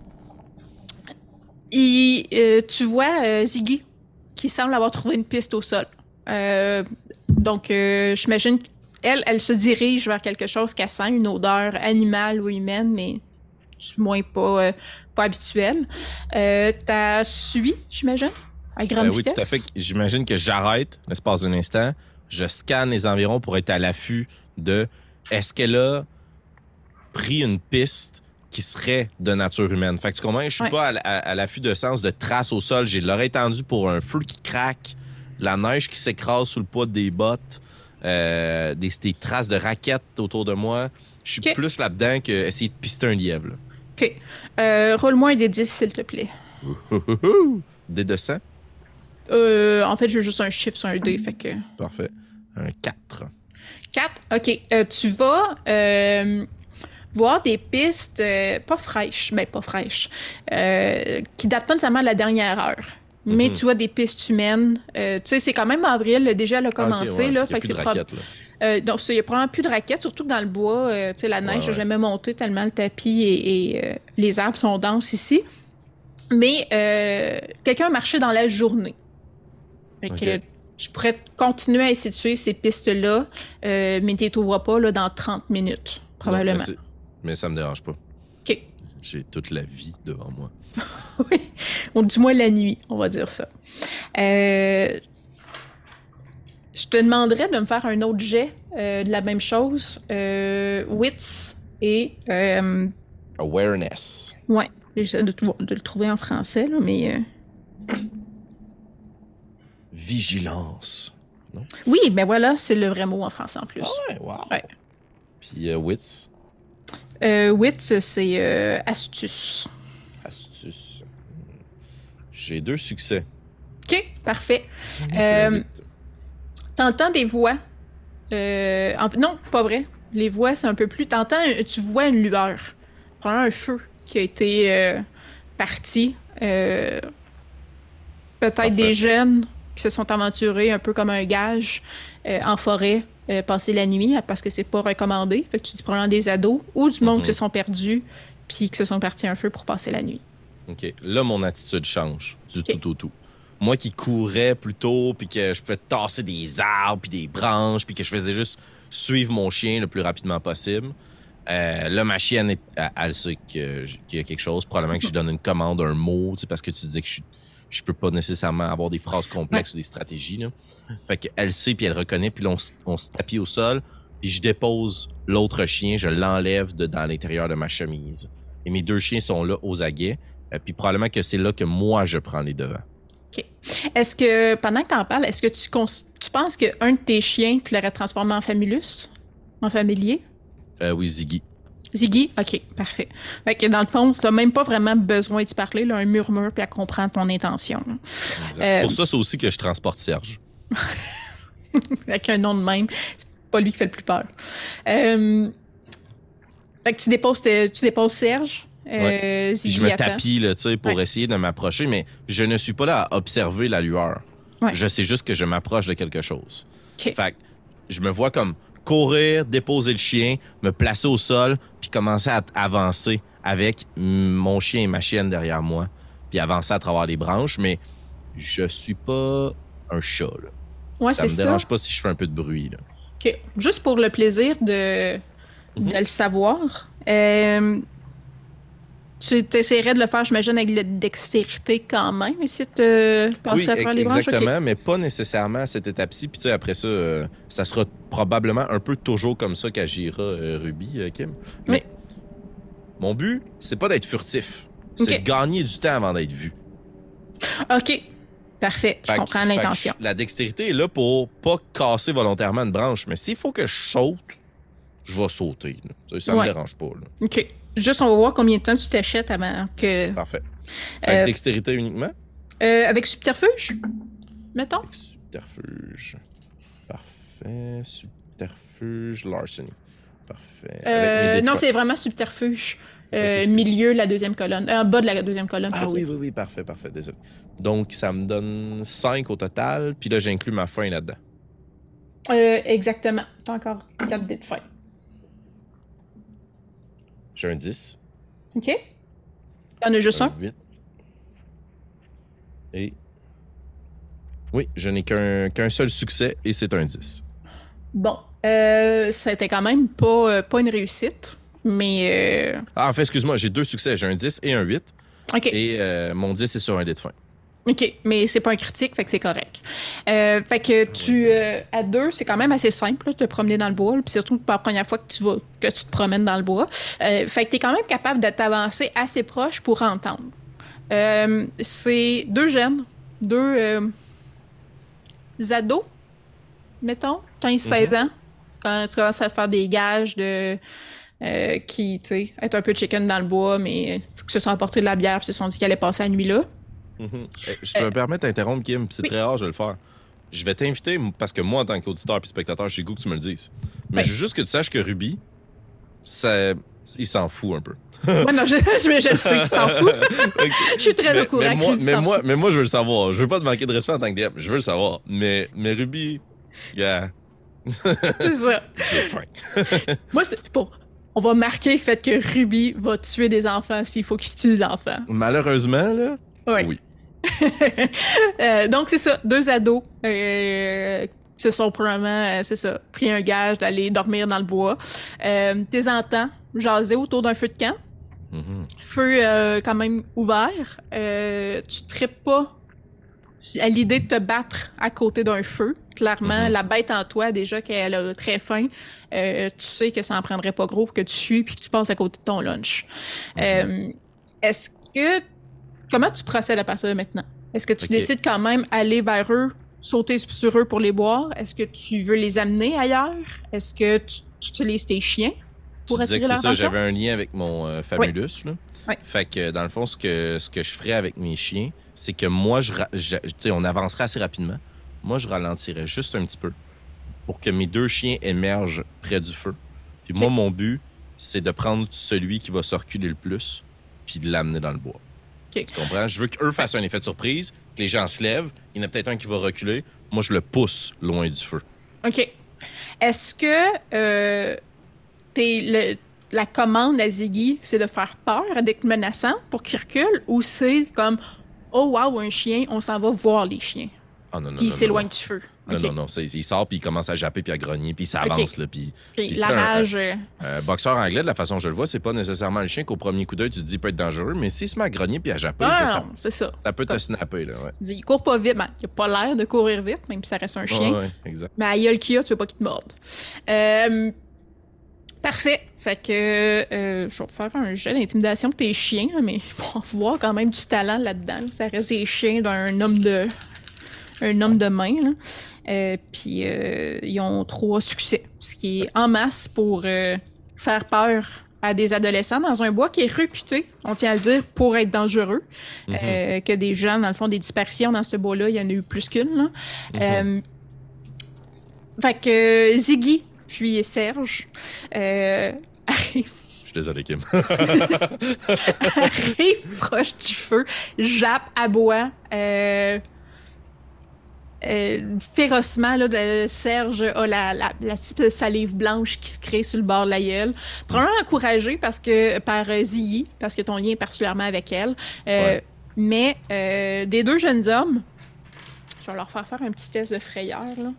et euh, tu vois euh, Ziggy qui semble avoir trouvé une piste au sol. Euh, donc, euh, j'imagine qu'elle, elle se dirige vers quelque chose qu'elle sent, une odeur animale ou humaine, mais du moins pas, euh, pas habituelle. Euh, T'as suivi, j'imagine? à grande Euh, oui, vitesse. tout à fait. J'imagine que j'arrête l'espace d'un instant, je scanne les environs pour être à l'affût de est-ce qu'elle a pris une piste qui serait de nature humaine. Fait que tu comprends, je suis Ouais. pas à, à- à l'affût de sens de traces au sol. J'ai l'oreille tendue pour un feu qui craque, la neige qui s'écrase sous le poids des bottes, euh, des, des traces de raquettes autour de moi. Je suis Ok. plus là-dedans qu'essayer de pister un lièvre. là. OK. Euh, roule-moi un des dix, s'il te plaît. Des deux cents? Euh, en fait, j'ai juste un chiffre sur un dé, fait que... Parfait. Un quatre. quatre. OK. Euh, tu vas euh, voir des pistes euh, pas fraîches, ben pas fraîches, euh, qui datent pas nécessairement de la dernière heure. Mais Mhm. tu vois des pistes humaines. Euh, tu sais, c'est quand même avril, là, déjà, elle a commencé. Ah, ok, ouais, là, fait fait qu'il y que a c'est plus de prob- raquettes, là. Euh, donc, il n'y a probablement plus de raquettes, surtout que dans le bois, euh, tu sais, la neige n'a Ouais, ouais. jamais monté tellement le tapis et, et, euh, les arbres sont denses ici. Mais euh, quelqu'un a marché dans la journée. Fait que Ok. tu pourrais continuer à essayer de suivre ces pistes-là, euh, mais tu les trouveras pas là, dans trente minutes, probablement. Non, mais, c'est- mais ça me dérange pas. OK. J'ai toute la vie devant moi. Oui. Ou du moins la nuit, on va dire ça. Euh, je te demanderais de me faire un autre jet euh, de la même chose. Euh, Wits et... Euh, Awareness. ouais, j'essaie de, de le trouver en français, là, mais... euh, Vigilance. Non? Oui, ben voilà, c'est le vrai mot en français en plus. Ah ouais, wow. Ouais. Puis euh, wits, Euh, Wits, c'est euh, astuce. astuce. J'ai deux succès. OK, parfait. Ça fait Euh, huit. T'entends des voix. Euh, en- non, pas vrai. Les voix, c'est un peu plus... T'entends, un- tu vois une lueur. Probablement un feu qui a été euh, parti. Euh, Peut-être Parfait. des jeunes qui se sont aventurés un peu comme un gage euh, en forêt, euh, passer la nuit, parce que c'est pas recommandé. Fait que tu dis probablement des ados ou du monde Mhm. qui se sont perdus puis qui se sont partis un feu pour passer la nuit. OK. Là, mon attitude change du OK. tout au tout. Moi qui courais plutôt, puis que je pouvais tasser des arbres, puis des branches, puis que je faisais juste suivre mon chien le plus rapidement possible. Euh, là, ma chienne, est, elle, elle sait que j- qu'il y a quelque chose. Probablement que je donne une commande, un mot, tu sais, parce que tu disais que je, je peux pas nécessairement avoir des phrases complexes ou des stratégies. Là. Fait qu'elle sait, puis elle reconnaît, puis là, on, s- on se tapit au sol, puis je dépose l'autre chien, je l'enlève de, dans l'intérieur de ma chemise. Et mes deux chiens sont là aux aguets, euh, puis probablement que c'est là que moi, je prends les devants. OK. Est-ce que, pendant que t'en parles, est-ce que tu, cons- tu penses qu'un de tes chiens, tu l'aurais transformé en famulus? En familier? Euh, oui, Ziggy. Ziggy? OK, parfait. Fait que dans le fond, t'as même pas vraiment besoin d'y parler, là, un murmure, puis elle comprend ton intention. là. Exact. Euh, C'est pour ça, c'est aussi que je transporte Serge. Avec un nom de même. C'est pas lui qui fait le plus peur. Euh, Fait que tu déposes, tes- tu déposes Serge. Euh, Puis Ziggy je me attend. tapis là, tu sais, pour Ouais. essayer de m'approcher, mais je ne suis pas là à observer la lueur. Ouais. Je sais juste que je m'approche de quelque chose. OK. Fait que je me vois comme courir, déposer le chien, me placer au sol, puis commencer à t- avancer avec mm, mon chien et ma chienne derrière moi, puis avancer à travers les branches, mais je suis pas un chat. Là. Ouais, ça c'est me ça. dérange pas si je fais un peu de bruit. Là. OK. Juste pour le plaisir de, Mhm. de le savoir, euh, tu essaierais de le faire, j'imagine, avec la dextérité quand même, essayer de te passer Oui, à travers e- les branches. exactement, OK. mais pas nécessairement à cette étape-ci. Puis tu sais, après ça, euh, ça sera probablement un peu toujours comme ça qu'agira euh, Ruby, euh, Kim. Mais mon but, c'est pas d'être furtif. C'est Ok. de gagner du temps avant d'être vu. OK. Parfait. Je Fait que- comprends fait que l'intention. je- La dextérité est là pour pas casser volontairement une branche. Mais s'il faut que je saute, je vais sauter. là. Tu sais, Ça Ouais. me dérange pas. Là. OK. Juste, on va voir combien de temps tu t'achètes avant que... Parfait. Fait que Euh, dextérité uniquement. Euh, avec subterfuge, mettons. Avec subterfuge. Parfait. Subterfuge. Larceny. Parfait. Avec mes Euh, dés de non, fun. c'est vraiment subterfuge. Euh, Ok, excuse. milieu de la deuxième colonne. Euh, en bas de la deuxième colonne. je Ah veux oui, dire. oui, oui, parfait, parfait, désolé. Donc, ça me donne cinq au total, puis là, j'inclus ma fin là-dedans. Euh, exactement. T'as encore quatre dés de fin. J'ai un dix, OK? T'en as juste un un? huit, et... Oui, je n'ai qu'un qu'un seul succès, et c'est un dix. Bon. Euh, ça a été quand même pas, euh, pas une réussite, mais... euh, Ah, en fait, excuse-moi, j'ai deux succès, j'ai un dix et un huit, OK. et euh, mon dix est sur un dé de fin. OK, mais c'est pas un critique, fait que c'est correct. Euh, fait que tu... Euh, à deux, c'est quand même assez simple, là, de te promener dans le bois, puis surtout pas la première fois que tu vas que tu te promènes dans le bois. Euh, fait que t'es quand même capable de t'avancer assez proche pour entendre. Euh, c'est deux jeunes, deux euh, ados, mettons, quinze seize ans, quand tu commences à faire des gages de... Euh, qui, tu sais, être un peu chicken dans le bois, mais qui se sont apportés de la bière, puis se sont dit qu'ils allaient passer la nuit là. Mm-hmm. Je te euh, permets d'interrompre, Kim, c'est oui. très rare, je vais le faire. Je vais t'inviter, parce que moi, en tant qu'auditeur et spectateur, j'ai le goût que tu me le dises. Mais oui. je veux juste que tu saches que Ruby, ça, il s'en fout un peu. Ouais, non, je, je, je le sais qu'il s'en fout. Okay. Je suis très mais, au courant mais moi, qu'il mais s'en moi, fout. Mais moi, je veux le savoir. Je veux pas te manquer de respect en tant que D M. Je veux le savoir. Mais, mais Ruby, yeah. C'est ça. Moi, c'est pour... On va marquer le fait que Ruby va tuer des enfants s'il faut qu'il tue des enfants. Malheureusement, là, ouais. oui. euh, donc, c'est ça. Deux ados euh, qui se sont probablement, euh, c'est ça, pris un gage d'aller dormir dans le bois. Euh, T'es entends jaser autour d'un feu de camp. Mm-hmm. Feu euh, quand même ouvert. Euh, tu tripes pas à l'idée de te battre à côté d'un feu. Clairement, mm-hmm. la bête en toi, déjà qu'elle a très faim, euh, tu sais que ça en prendrait pas gros pour que tu suives puis que tu passes à côté de ton lunch. Mm-hmm. Euh, est-ce que... Comment tu procèdes à partir de maintenant? Est-ce que tu okay. décides quand même aller vers eux, sauter sur eux pour les boire? Est-ce que tu veux les amener ailleurs? Est-ce que tu, tu utilises tes chiens pour tu attirer disais que leur c'est attention? ça, j'avais un lien avec mon euh, Famulus. Oui. Là. Oui. Fait que, dans le fond, ce que, ce que je ferais avec mes chiens, c'est que moi, je, je, t'sais, on avancerait assez rapidement. Moi, je ralentirais juste un petit peu pour que mes deux chiens émergent près du feu. Puis okay. moi, mon but, c'est de prendre celui qui va se reculer le plus puis de l'amener dans le bois. Okay. Tu comprends? Je veux qu'eux fassent un effet de surprise, que les gens se lèvent. Il y en a peut-être un qui va reculer. Moi, je le pousse loin du feu. OK. Est-ce que euh, t'es le... la commande à Ziggy, c'est de faire peur, d'être menaçant pour qu'il recule, ou c'est comme « Oh wow, un chien, on s'en va voir les chiens. Ah, » non, non, Puis il non, s'éloigne non. du feu. Non, okay. non, non. C'est, il sort, puis il commence à japper, puis à grogner, puis il s'avance. Okay. Là, puis, okay. puis, la rage... Un, un, un boxeur anglais, de la façon dont je le vois, c'est pas nécessairement le chien qu'au premier coup d'œil, tu te dis peut être dangereux, mais s'il se met à grogner puis à japper, ah, ça, non, c'est ça. ça peut Comme... te snapper. Là, ouais. Il court pas vite, ben, il a pas l'air de courir vite, même si ça reste un chien. Ouais, ouais, exact. Mais à gueule qu'il a, tu veux pas qu'il te morde. Euh... Parfait. Fait que euh, je vais faire un jeu d'intimidation pour tes chiens, là, mais pour voir quand même du talent là-dedans. Là. Ça reste des chiens d'un homme de un homme de main. Là. Euh, Puis euh, ils ont trois succès, ce qui est en masse pour euh, faire peur à des adolescents dans un bois qui est réputé, on tient à le dire, pour être dangereux. Mm-hmm. Euh, que des gens, dans le fond, des disparitions dans ce bois-là, il y en a eu plus qu'une. Là. Mm-hmm. Euh, fait que Ziggy puis Serge euh, arrive. Je suis désolé, Kim. Arrive proche du feu, jappe, aboie, euh, euh, férocement. Là, de, Serge a la, la, la petite salive blanche qui se crée sur le bord de la gueule. Probablement encouragé parce que, par euh, Ziggy, parce que ton lien est particulièrement avec elle. Euh, ouais. Mais euh, des deux jeunes hommes, je vais leur faire faire un petit test de frayeur, là.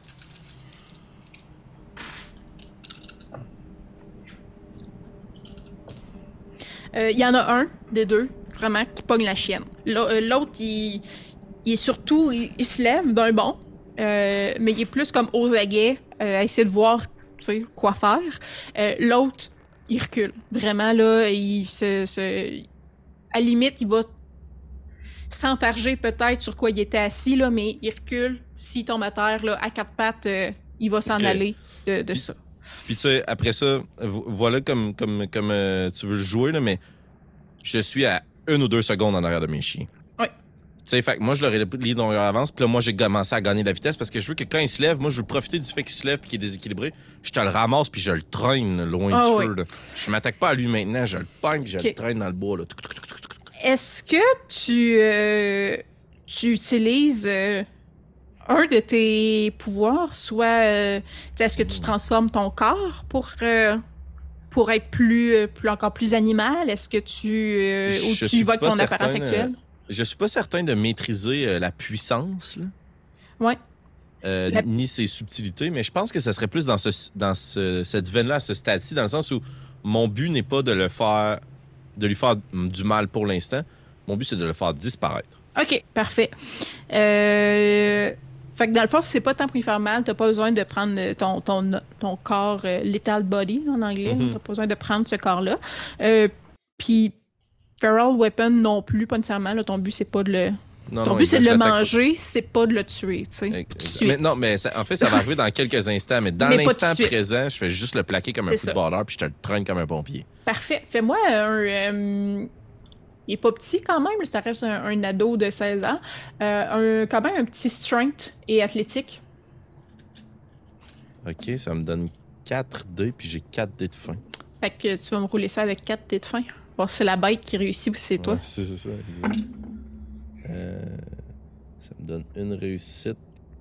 Il euh, y en a un des deux, vraiment, qui pogne la chienne. L'autre, il, il est surtout... Il, il se lève d'un bond, euh, mais il est plus comme aux aguets, euh, à essayer de voir, tu sais, quoi faire. Euh, L'autre, il recule. Vraiment, là, il se... se à la limite, il va s'enfarger peut-être sur quoi il était assis, là, mais il recule. S'il tombe à terre, là, à quatre pattes, euh, il va s'en okay. aller de, de ça. Puis tu sais, après ça, voilà comme, comme, comme euh, tu veux le jouer, là, mais je suis à une ou deux secondes en arrière de mes chiens. Oui. Tu sais, fait que moi, je leur ai dit dans leur avance, puis là, moi, j'ai commencé à gagner de la vitesse parce que je veux que quand ils se lèvent, moi, je veux profiter du fait qu'ils se lèvent et qu'il est déséquilibré. Je te le ramasse puis je le traîne loin oh, du oui. feu. Là. Je m'attaque pas à lui maintenant, je le pogne puis je okay. le traîne dans le bois. Là. Est-ce que tu, euh, tu utilises... Euh... un de tes pouvoirs, soit euh, est-ce que tu transformes ton corps pour euh, pour être plus, euh, plus encore plus animal? Est-ce que tu euh, ou tu y vas avec ton certain, apparence actuelle? Euh, je suis pas certain de maîtriser euh, la puissance, là. Ouais. Euh, la... ni ses subtilités, mais je pense que ça serait plus dans ce dans ce, cette veine-là, à ce stade-ci, dans le sens où mon but n'est pas de le faire de lui faire du mal pour l'instant. Mon but, c'est de le faire disparaître. OK, parfait. Euh... Fait que dans le fond, si c'est pas tant pour y faire mal, t'as pas besoin de prendre ton, ton, ton corps euh, lethal body en anglais. Mhm. T'as pas besoin de prendre ce corps-là. Euh, Puis feral weapon non plus, pas nécessairement. Là, ton but, c'est pas de le... Non, ton non, but, c'est de exact, le j'attaque manger, c'est pas de le tuer, tu sais. pas. tout de Exact. suite. Mais non, mais ça- en fait, ça va arriver dans quelques instants. Mais dans Mais pas tout de l'instant suite. présent, je fais juste le plaquer comme un C'est ça. footballeur puis je te le traîne comme un pompier. Parfait. Fais-moi un... euh, il est pas petit quand même, ça reste un, un ado de seize ans. Euh, un, quand même un petit strength et athlétique. OK, ça me donne quatre dés puis j'ai quatre dés de fin. Fait que tu vas me rouler ça avec quatre dés de fin. Voir si c'est la bête qui réussit ou si c'est toi. Ouais, c'est c'est ça. Euh, ça me donne une réussite.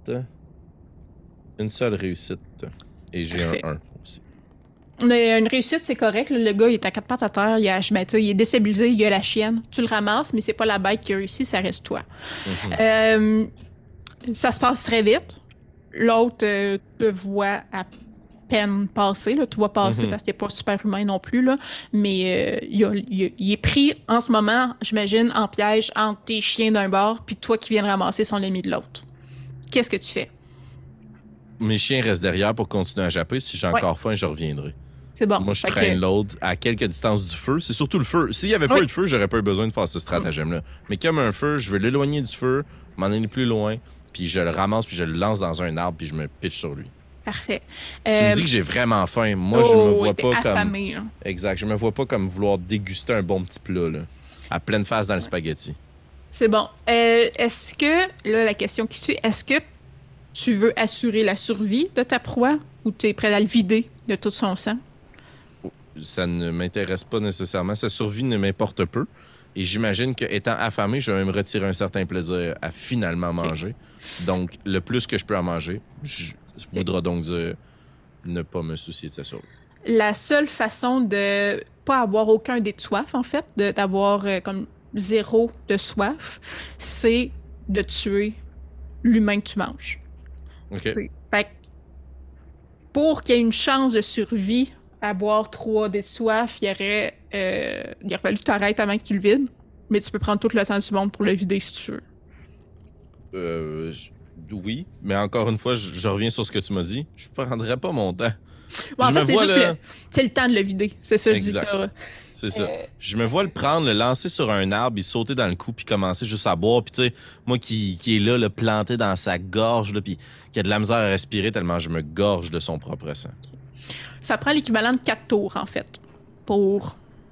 Une seule réussite. Et j'ai Parfait. un un aussi. Mais une réussite, c'est correct. là. Le gars, il est à quatre pattes à terre, il, a, ben, tu sais, il est déstabilisé, il a la chienne. Tu le ramasses, mais c'est pas la bête qui a réussi, ça reste toi. Mhm. Euh, ça se passe très vite. L'autre euh, te voit à peine passer. Là. Tu vois passer Mhm. parce que t'es pas super humain non plus. Là. Mais euh, il, a- il a- il est pris en ce moment, j'imagine, en piège entre tes chiens d'un bord puis toi qui viens de ramasser son ami de l'autre. Qu'est-ce que tu fais? Mes chiens restent derrière pour continuer à japper. Si j'ai Ouais. encore faim, je reviendrai. C'est bon. Moi, je Fait traîne que- l'autre à quelques distances du feu. C'est surtout le feu. S'il y avait pas Oui. eu de feu, j'aurais pas eu besoin de faire ce stratagème-là. Mais comme un feu, je veux l'éloigner du feu, m'en aller plus loin, puis je le ramasse, puis je le lance dans un arbre, puis je me pitche sur lui. Parfait. Tu Euh, me dis que j'ai vraiment faim. Moi, je oh, me vois t'es pas comme... affamé, là. Exact. Je me vois pas comme vouloir déguster un bon petit plat, là. À pleine face dans le spaghetti. C'est bon. Euh, est-ce que, là, la question qui suit, est-ce que tu veux assurer la survie de ta proie ou tu es prêt à le vider de tout son sang? Ça ne m'intéresse pas nécessairement. Sa survie ne m'importe peu. Et j'imagine qu'étant affamé, je vais me retirer un certain plaisir à finalement manger. Donc, le plus que je peux en manger, je voudra donc dire ne pas me soucier de sa survie. La seule façon de pas avoir aucun dé de soif, en fait, de- d'avoir euh, comme zéro de soif, c'est de tuer l'humain que tu manges. OK. T'sais, fait que pour qu'il y ait une chance de survie à boire trois dés de soif, il y aurait, euh, il aurait fallu que tu arrêtes avant que tu le vides, mais tu peux prendre tout le temps du monde pour le vider si tu veux. Euh, je- oui, mais encore une fois, je, je reviens sur ce que tu m'as dit. Je prendrais pas mon temps. Bon, en je fait, me c'est vois juste là- le, c'est le temps de le vider. C'est ça, je dis. Exact. t'as- C'est ça. Euh, Je me vois le prendre, le lancer sur un arbre, il sauter dans le cou, puis commencer juste à boire. Puis tu sais, moi qui, qui est là, le planté dans sa gorge, là, puis qui a de la misère à respirer tellement je me gorge de son propre sang. Ça prend l'équivalent de quatre tours, en fait, pour...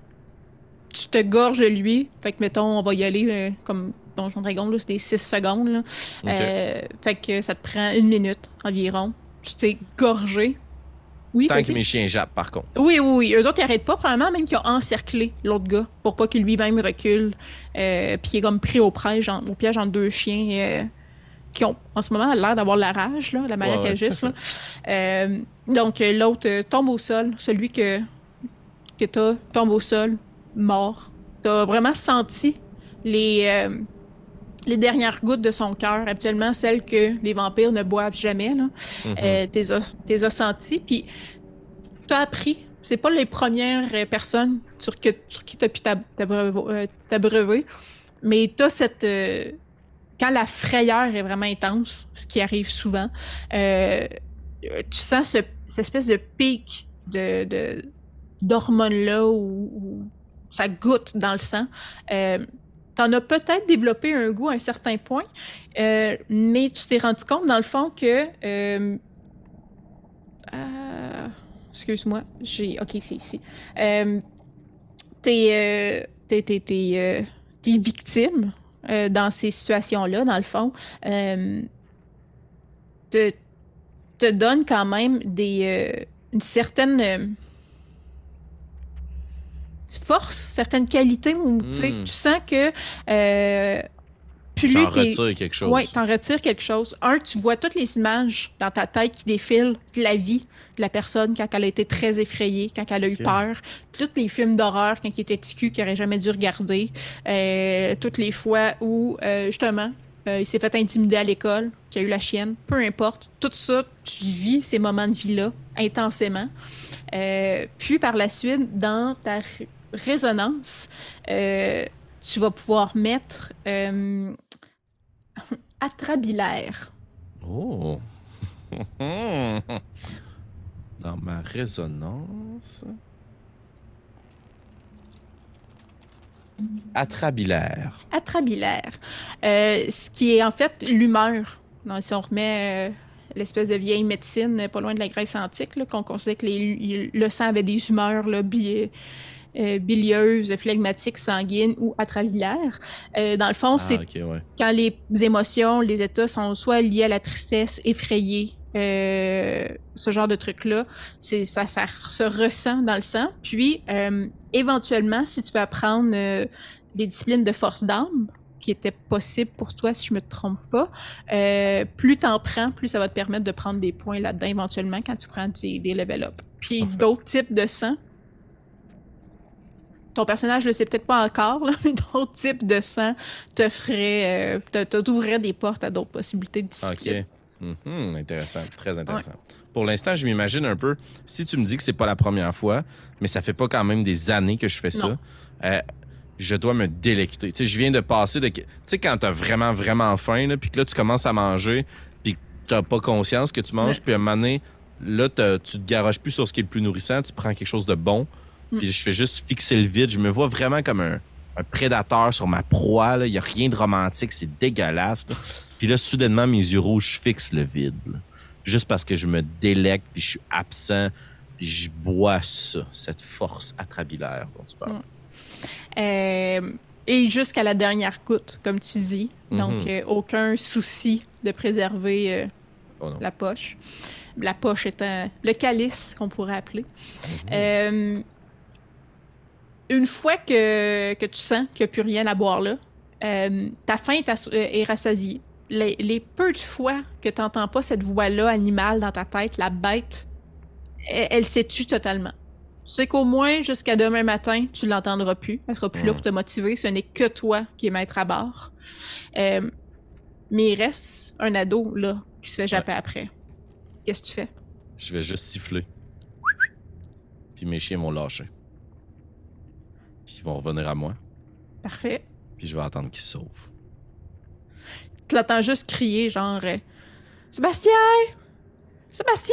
Tu te gorges de lui. Fait que, mettons, on va y aller euh, comme Donjon Dragon, là, c'est des six secondes. Là. OK. Euh, fait que ça te prend une minute environ. Tu t'es gorgé. Oui, Tant vas-y. que mes chiens jappent, par contre. Oui, oui, oui. Eux autres, ils arrêtent pas, probablement même qu'ils ont encerclé l'autre gars pour pas qu'il lui-même recule. Euh, Puis il est comme pris au piège, en, au piège entre deux chiens euh, qui ont, en ce moment, l'air d'avoir la rage, là, la manière Ouais, qu'elles ouais, agissent. là. Euh, donc, euh, l'autre euh, tombe au sol. Celui que, que t'as tombe au sol, mort. T'as vraiment senti les, euh, les dernières gouttes de son cœur, habituellement celles que les vampires ne boivent jamais. Là. Mhm. Euh, t'es as, t'es as senti, puis t'as appris. C'est pas les premières euh, personnes sur, que, sur qui t'as pu t'ab- t'abreuver, euh, t'abreuver, mais t'as cette... euh, quand la frayeur est vraiment intense, ce qui arrive souvent, euh, tu sens ce, cette espèce de pic de, de, d'hormones-là où, où ça goûte dans le sang. Euh, T'en as peut-être développé un goût à un certain point, euh, mais tu t'es rendu compte, dans le fond, que... Euh, euh, excuse-moi, j'ai... OK, c'est ici. Euh, t'es, euh, t'es, t'es, t'es, euh, t'es victime euh, dans ces situations-là, dans le fond. Euh, te, te donne quand même des, euh, une certaine... euh, force, certaines qualités où tu sais, Mm. tu sens que euh, plus J'en t'es- retire quelque chose. Ouais, t'en retires quelque chose. Un, tu vois toutes les images dans ta tête qui défilent de la vie de la personne quand elle a été très effrayée, quand elle a eu Ok. peur. Tous les films d'horreur quand il était petit cul qu'il aurait jamais dû regarder. Euh, toutes les fois où, euh, justement, euh, il s'est fait intimider à l'école, qu'il a eu la chienne. Peu importe. Tout ça, tu vis ces moments de vie-là intensément. Euh, puis par la suite, dans ta r- résonance, euh, tu vas pouvoir mettre euh, atrabilaire. Oh! Dans ma résonance... Atrabilaire. Atrabilaire. Euh, ce qui est en fait l'humeur. Donc, si on remet euh, l'espèce de vieille médecine euh, pas loin de la Grèce antique, là, qu'on considère que les, le sang avait des humeurs là, bi, euh, bilieuses, flegmatiques, sanguines ou atrabilaires. Euh, dans le fond, Ah, c'est ok, ouais. quand les émotions, les états sont soit liés à la tristesse, effrayée, euh, ce genre de truc-là, c'est, ça, ça se ressent dans le sang. Puis, euh, éventuellement, si tu veux apprendre euh, des disciplines de force d'âme, qui étaient possibles pour toi, si je me trompe pas, euh, plus t'en prends, plus ça va te permettre de prendre des points là-dedans éventuellement quand tu prends des, des level up. Puis, Parfait. D'autres types de sang, ton personnage ne le sait peut-être pas encore, là, mais d'autres types de sang te ferait, euh, te, t'ouvrirait des portes à d'autres possibilités de discipline. OK. Mm-hmm. Intéressant. Très intéressant. Ouais. Pour l'instant, je m'imagine un peu, si tu me dis que c'est pas la première fois, mais ça fait pas quand même des années que je fais ça, euh, je dois me délecter. Tu sais, je viens de passer de... Tu sais, quand t'as vraiment, vraiment faim, là, puis que là, tu commences à manger, puis que t'as pas conscience que tu manges, ouais. Puis à un moment donné, là, tu te garoches plus sur ce qui est le plus nourrissant, tu prends quelque chose de bon, mm. Puis je fais juste fixer le vide. Je me vois vraiment comme un, un prédateur sur ma proie. Il y a rien de romantique, c'est dégueulasse. Là. Puis là, soudainement, mes yeux rouges fixent le vide. Là. Juste parce que je me délecte, puis je suis absent, puis je bois ça, cette force atrabilaire dont tu parles. Mm. Euh, et jusqu'à la dernière goutte, comme tu dis. Mm-hmm. Donc, euh, aucun souci de préserver euh, oh la poche. La poche étant le calice, qu'on pourrait appeler. Mm-hmm. Euh, une fois que, que tu sens qu'il n'y a plus rien à boire là, euh, ta faim est, ass- est rassasiée. Les, les peu de fois que tu n'entends pas cette voix-là animale dans ta tête, la bête, elle, elle s'étue totalement. Tu sais qu'au moins, jusqu'à demain matin, tu ne l'entendras plus. Elle ne sera plus mmh. là pour te motiver. Ce n'est que toi qui es maître à bord. Euh, mais il reste un ado, là, qui se fait japper ouais. après. Qu'est-ce que tu fais? Je vais juste siffler. Puis mes chiens vont lâcher. Puis ils vont revenir à moi. Parfait. Puis je vais attendre qu'ils se sauvent. Tu l'entends juste crier, genre... Euh, Sébastien! Sébastien!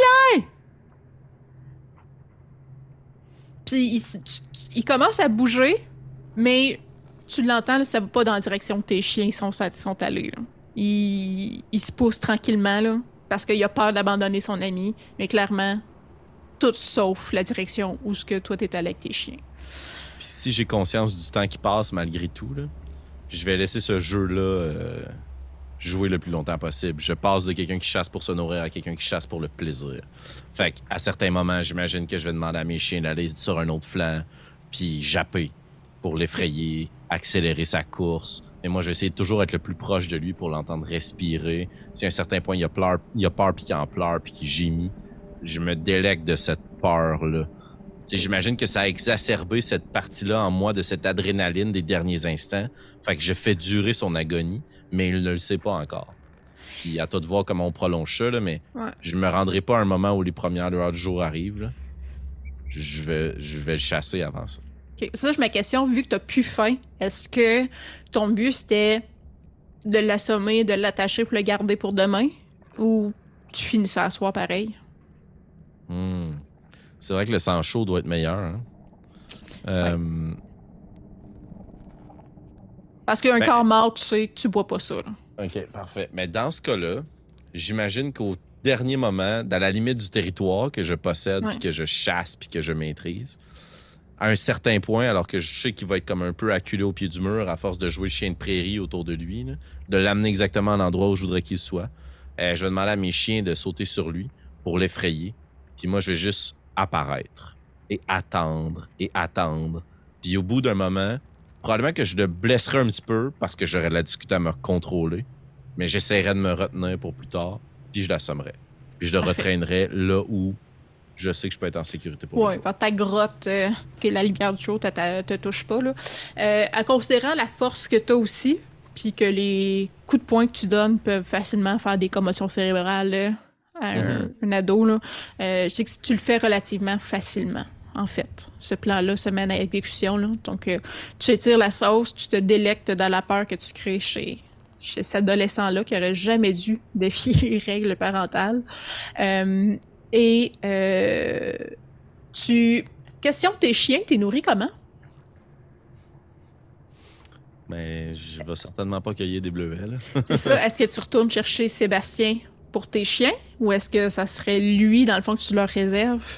Puis il, tu, il commence à bouger, mais tu l'entends, là, ça va pas dans la direction que tes chiens sont, sont allés. Là. Il, il se pousse tranquillement, là, parce qu'il a peur d'abandonner son ami, mais clairement, tout sauf la direction où ce que toi t'es allé avec tes chiens. Puis si j'ai conscience du temps qui passe, malgré tout, là, je vais laisser ce jeu-là euh, jouer le plus longtemps possible. Je passe de quelqu'un qui chasse pour se nourrir à quelqu'un qui chasse pour le plaisir. Fait qu'à certains moments, j'imagine que je vais demander à mes chiens d'aller sur un autre flanc, puis japper pour l'effrayer, accélérer sa course. Mais moi, je vais essayer de toujours être le plus proche de lui pour l'entendre respirer. Si à un certain point, il a peur, il a peur puis qu'il en pleure, puis qu'il gémit, je me délecte de cette peur-là. T'sais, j'imagine que ça a exacerbé cette partie-là en moi de cette adrénaline des derniers instants. Fait que je fais durer son agonie, mais il ne le sait pas encore. Puis à toi de voir comment on prolonge ça, là, mais ouais. Je me rendrai pas à un moment où les premières lueurs du jour arrivent. Là. Je vais, je vais le chasser avant ça. OK. Ça, je me question, vu que tu n'as plus faim, est-ce que ton but, c'était de l'assommer, de l'attacher pour le garder pour demain? Ou tu finis ça à soir pareil? Hmm. C'est vrai que le sang chaud doit être meilleur. Hein? Euh... Ouais. Parce qu'un ben... corps mort, tu sais, tu bois pas ça. Là. OK, parfait. Mais dans ce cas-là, j'imagine qu'au dernier moment, dans la limite du territoire que je possède, ouais. Puis que je chasse, puis que je maîtrise, à un certain point, alors que je sais qu'il va être comme un peu acculé au pied du mur à force de jouer le chien de prairie autour de lui, là, de l'amener exactement à l'endroit où je voudrais qu'il soit, euh, je vais demander à mes chiens de sauter sur lui pour l'effrayer. Puis moi, je vais juste apparaître et attendre et attendre. Puis au bout d'un moment, probablement que je le blesserai un petit peu parce que j'aurais de la difficulté à me contrôler, mais j'essaierai de me retenir pour plus tard, puis je l'assommerai. Puis je le retraînerai là où je sais que je peux être en sécurité pour ouais, ta grotte, euh, que la lumière du jour te, te, te touche pas. Là. Euh, en considérant la force que tu as aussi, puis que les coups de poing que tu donnes peuvent facilement faire des commotions cérébrales là, à mm-hmm. un, un ado, là, euh, je sais que tu le fais relativement facilement. En fait, ce plan-là se mène à exécution. Là. Donc, euh, tu étires la sauce, tu te délectes dans la peur que tu crées chez, chez cet adolescent-là qui aurait jamais dû défier les règles parentales. Euh, et euh, tu... Question de tes chiens, t'es nourri comment? Ben, je vais certainement pas cueillir des bleuets, là. C'est ça. Est-ce que tu retournes chercher Sébastien pour tes chiens? Ou est-ce que ça serait lui, dans le fond, que tu leur réserves?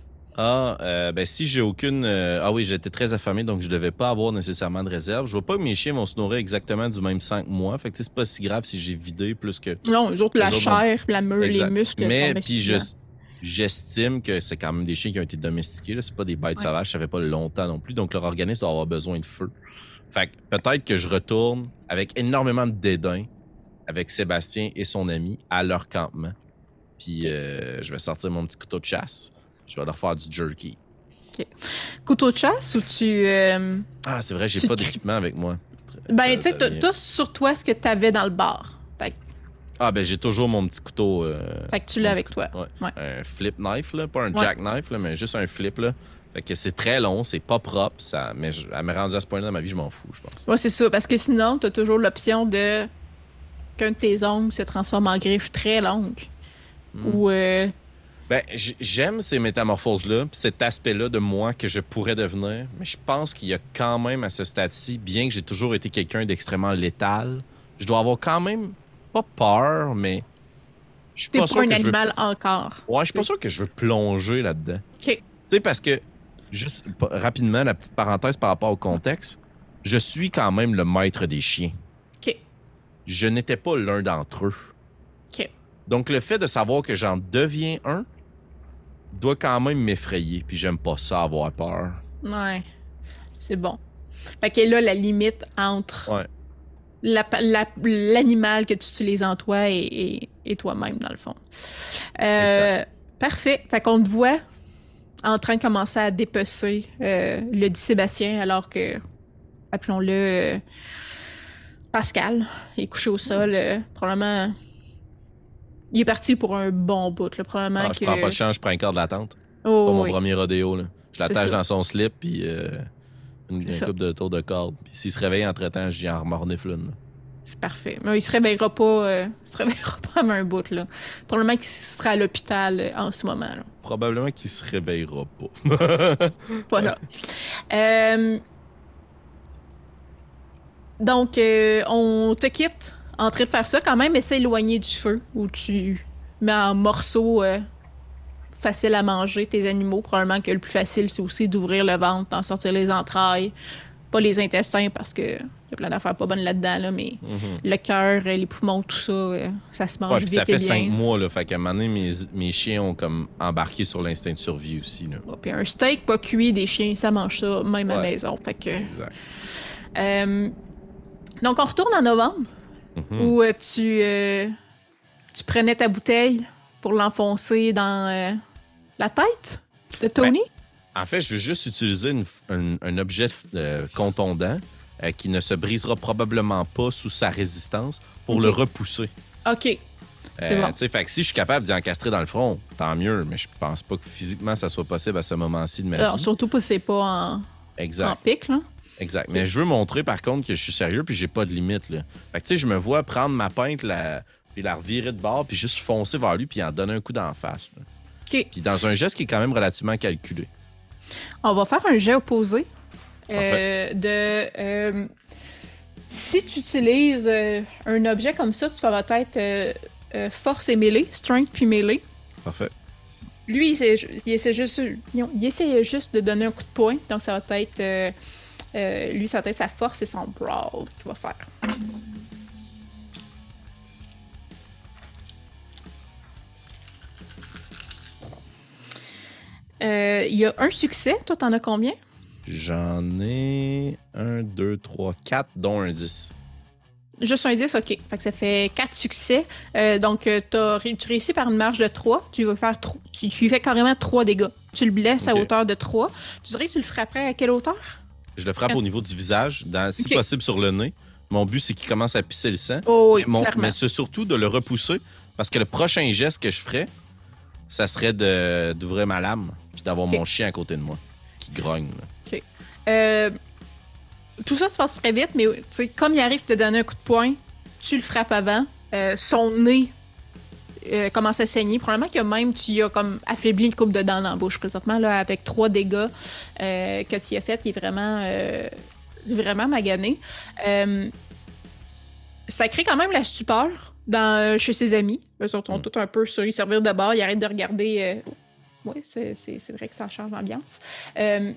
Ah, euh, ben si j'ai aucune... euh, Ah oui, j'étais très affamé, donc je devais pas avoir nécessairement de réserve. Je vois pas que mes chiens vont se nourrir exactement du même sang que moi. Fait que tu sais, c'est pas si grave si j'ai vidé plus que... Non, eux autres, la Les autres chair, la meule, les Exact. muscles Mais sont bien puis je, suffisants. j'estime que c'est quand même des chiens qui ont été domestiqués. Là. C'est pas des bêtes Ouais. sauvages, ça fait pas longtemps non plus. Donc leur organisme doit avoir besoin de feu. Fait que peut-être que je retourne avec énormément de dédain avec Sébastien et son ami à leur campement. Puis euh, je vais sortir mon petit couteau de chasse. Je vais leur faire du jerky. Couteau de chasse ou tu... euh, Ah, c'est vrai, j'ai Tu pas te- d'équipement avec moi. Ben, Ça- tu sais, ça t'as vient- t'as sur toi ce que t'avais dans le bar. Fait, que- Ah, ben j'ai toujours mon petit couteau. euh, fait que tu mon l'as petit avec couteau- toi. Ouais. Ouais. Un flip knife, là. Pas un Ouais. jackknife, là, mais juste un flip, là. Fait que c'est très long, c'est pas propre, ça... mais je... à me rendre à ce point-là dans ma vie, je m'en fous, je pense. Ouais, c'est ça. Parce que sinon, t'as toujours l'option de qu'un de tes ongles se transforme en griffe très longue. Hmm. Ou... euh, Ben, j- j'aime ces métamorphoses-là, puis cet aspect-là de moi que je pourrais devenir, mais je pense qu'il y a quand même à ce stade-ci, bien que j'ai toujours été quelqu'un d'extrêmement létal, je dois avoir quand même pas peur, mais je suis T'es pas pas sûr un que je veux... animal encore. Ouais, je suis pas sûr que je veux plonger là-dedans. OK. Tu sais, parce que, juste p- rapidement, la petite parenthèse par rapport au contexte, je suis quand même le maître des chiens. OK. Je n'étais pas l'un d'entre eux. OK. Donc, le fait de savoir que j'en deviens un doit quand même m'effrayer, puis j'aime pas ça, avoir peur. Ouais. C'est bon. Fait que là, la limite entre Ouais. la- la- l'animal que tu utilises en toi et, et- et toi-même, dans le fond. Euh, Exact. Parfait. Fait qu'on te voit en train de commencer à dépecer euh, le dit Sébastien, alors que, appelons-le, euh, Pascal est couché au sol. euh, probablement, il est parti pour un bon bout. Là, probablement Ah, je que... prends pas de chance, je prends un quart de la tente. Oh, pas mon oui. premier rodéo, là. Je l'attache ça. dans son slip, puis euh, une, C'est une ça. coupe de tour de corde. Puis s'il se réveille entre-temps, j'y en remornifle une. là. C'est parfait. Mais il se réveillera pas, euh, il se réveillera pas à un bout, là. Probablement qu'il sera à l'hôpital euh, en ce moment, là. Probablement qu'il se réveillera pas. Voilà. Euh, Donc, euh, on te quitte en train de faire ça. Quand même, essaie éloigné du feu où tu mets en morceaux euh, faciles à manger tes animaux. Probablement que le plus facile, c'est aussi d'ouvrir le ventre, d'en sortir les entrailles. Pas les intestins parce que y a plein d'affaires pas bonnes là-dedans, là, mais Mhm. le cœur, euh, les poumons, tout ça, euh, ça se mange Ouais, puis vite ça fait et cinq bien. mois, là. Fait qu'à un moment donné, mes, mes chiens ont comme embarqué sur l'instinct de survie aussi, là. Ouais, puis un steak pas cuit des chiens, ça mange ça même à la Ouais. maison. Fait que, Exact. euh, donc on retourne en novembre Mhm. où euh, tu, euh, tu prenais ta bouteille pour l'enfoncer dans euh, la tête de Tony. En fait, je veux juste utiliser une- un, un objet euh, contondant euh, qui ne se brisera probablement pas sous sa résistance pour Ok. le repousser. OK. C'est Euh, bon. tu sais, fait que si je suis capable d'y encastrer dans le front, tant mieux, mais je pense pas que physiquement ça soit possible à ce moment-ci de ma Alors, vie. surtout pas si c'est pas en, en Exact, pic, là. exact. Mais je veux montrer par contre que je suis sérieux puis j'ai pas de limite, là. Fait que tu sais, je me vois prendre ma pinte, la... puis la revirer de bord, puis juste foncer vers lui puis en donner un coup d'en face, là. OK. Puis dans un geste qui est quand même relativement calculé. On va faire un jet opposé. euh, Parfait. de euh, si tu utilises euh, un objet comme ça, tu vas peut-être euh, euh, force et mêlée, strength puis mêlée. Parfait. Lui, il essaie, il essaie juste, il essaie juste de donner un coup de poing, donc ça va être euh, euh, lui, ça va être sa force et son brawl qu'il va faire. Euh, Il y a un succès. Toi, t'en as combien? J'en ai un, deux, trois, quatre, dont un dix. Juste un dix, OK. Fait que ça fait quatre succès. Euh, donc, euh, t'as ré- tu réussis par une marge de trois. Tu vas faire tro- tu, tu lui fais carrément trois dégâts. Tu le blesses à Ok. hauteur de trois. Tu dirais que tu le frapperais à quelle hauteur? Je le frappe au niveau du visage, dans, si Ok. possible sur le nez. Mon but, c'est qu'il commence à pisser le sang. Oh oui, mais mon- clairement. mais c'est surtout de le repousser, parce que le prochain geste que je ferais, ça serait de, d'ouvrir ma lame, puis d'avoir Ok. mon chien à côté de moi, qui grogne. là. Euh, tout ça se passe très vite, mais tu sais, comme il arrive de te donner un coup de poing, tu le frappes avant, euh, son nez euh, commence à saigner. Probablement que même tu y as comme affaibli une coupe de dents dans la bouche présentement, là, avec trois dégâts euh, que tu y as fait. Il est vraiment, euh, vraiment magané. Euh, ça crée quand même la stupeur dans, chez ses amis. Eux autres sont mm. tous un peu sur y servir de bord. Ils arrêtent de regarder. Euh... Oui, c'est, c'est, c'est vrai que ça change l'ambiance. Euh...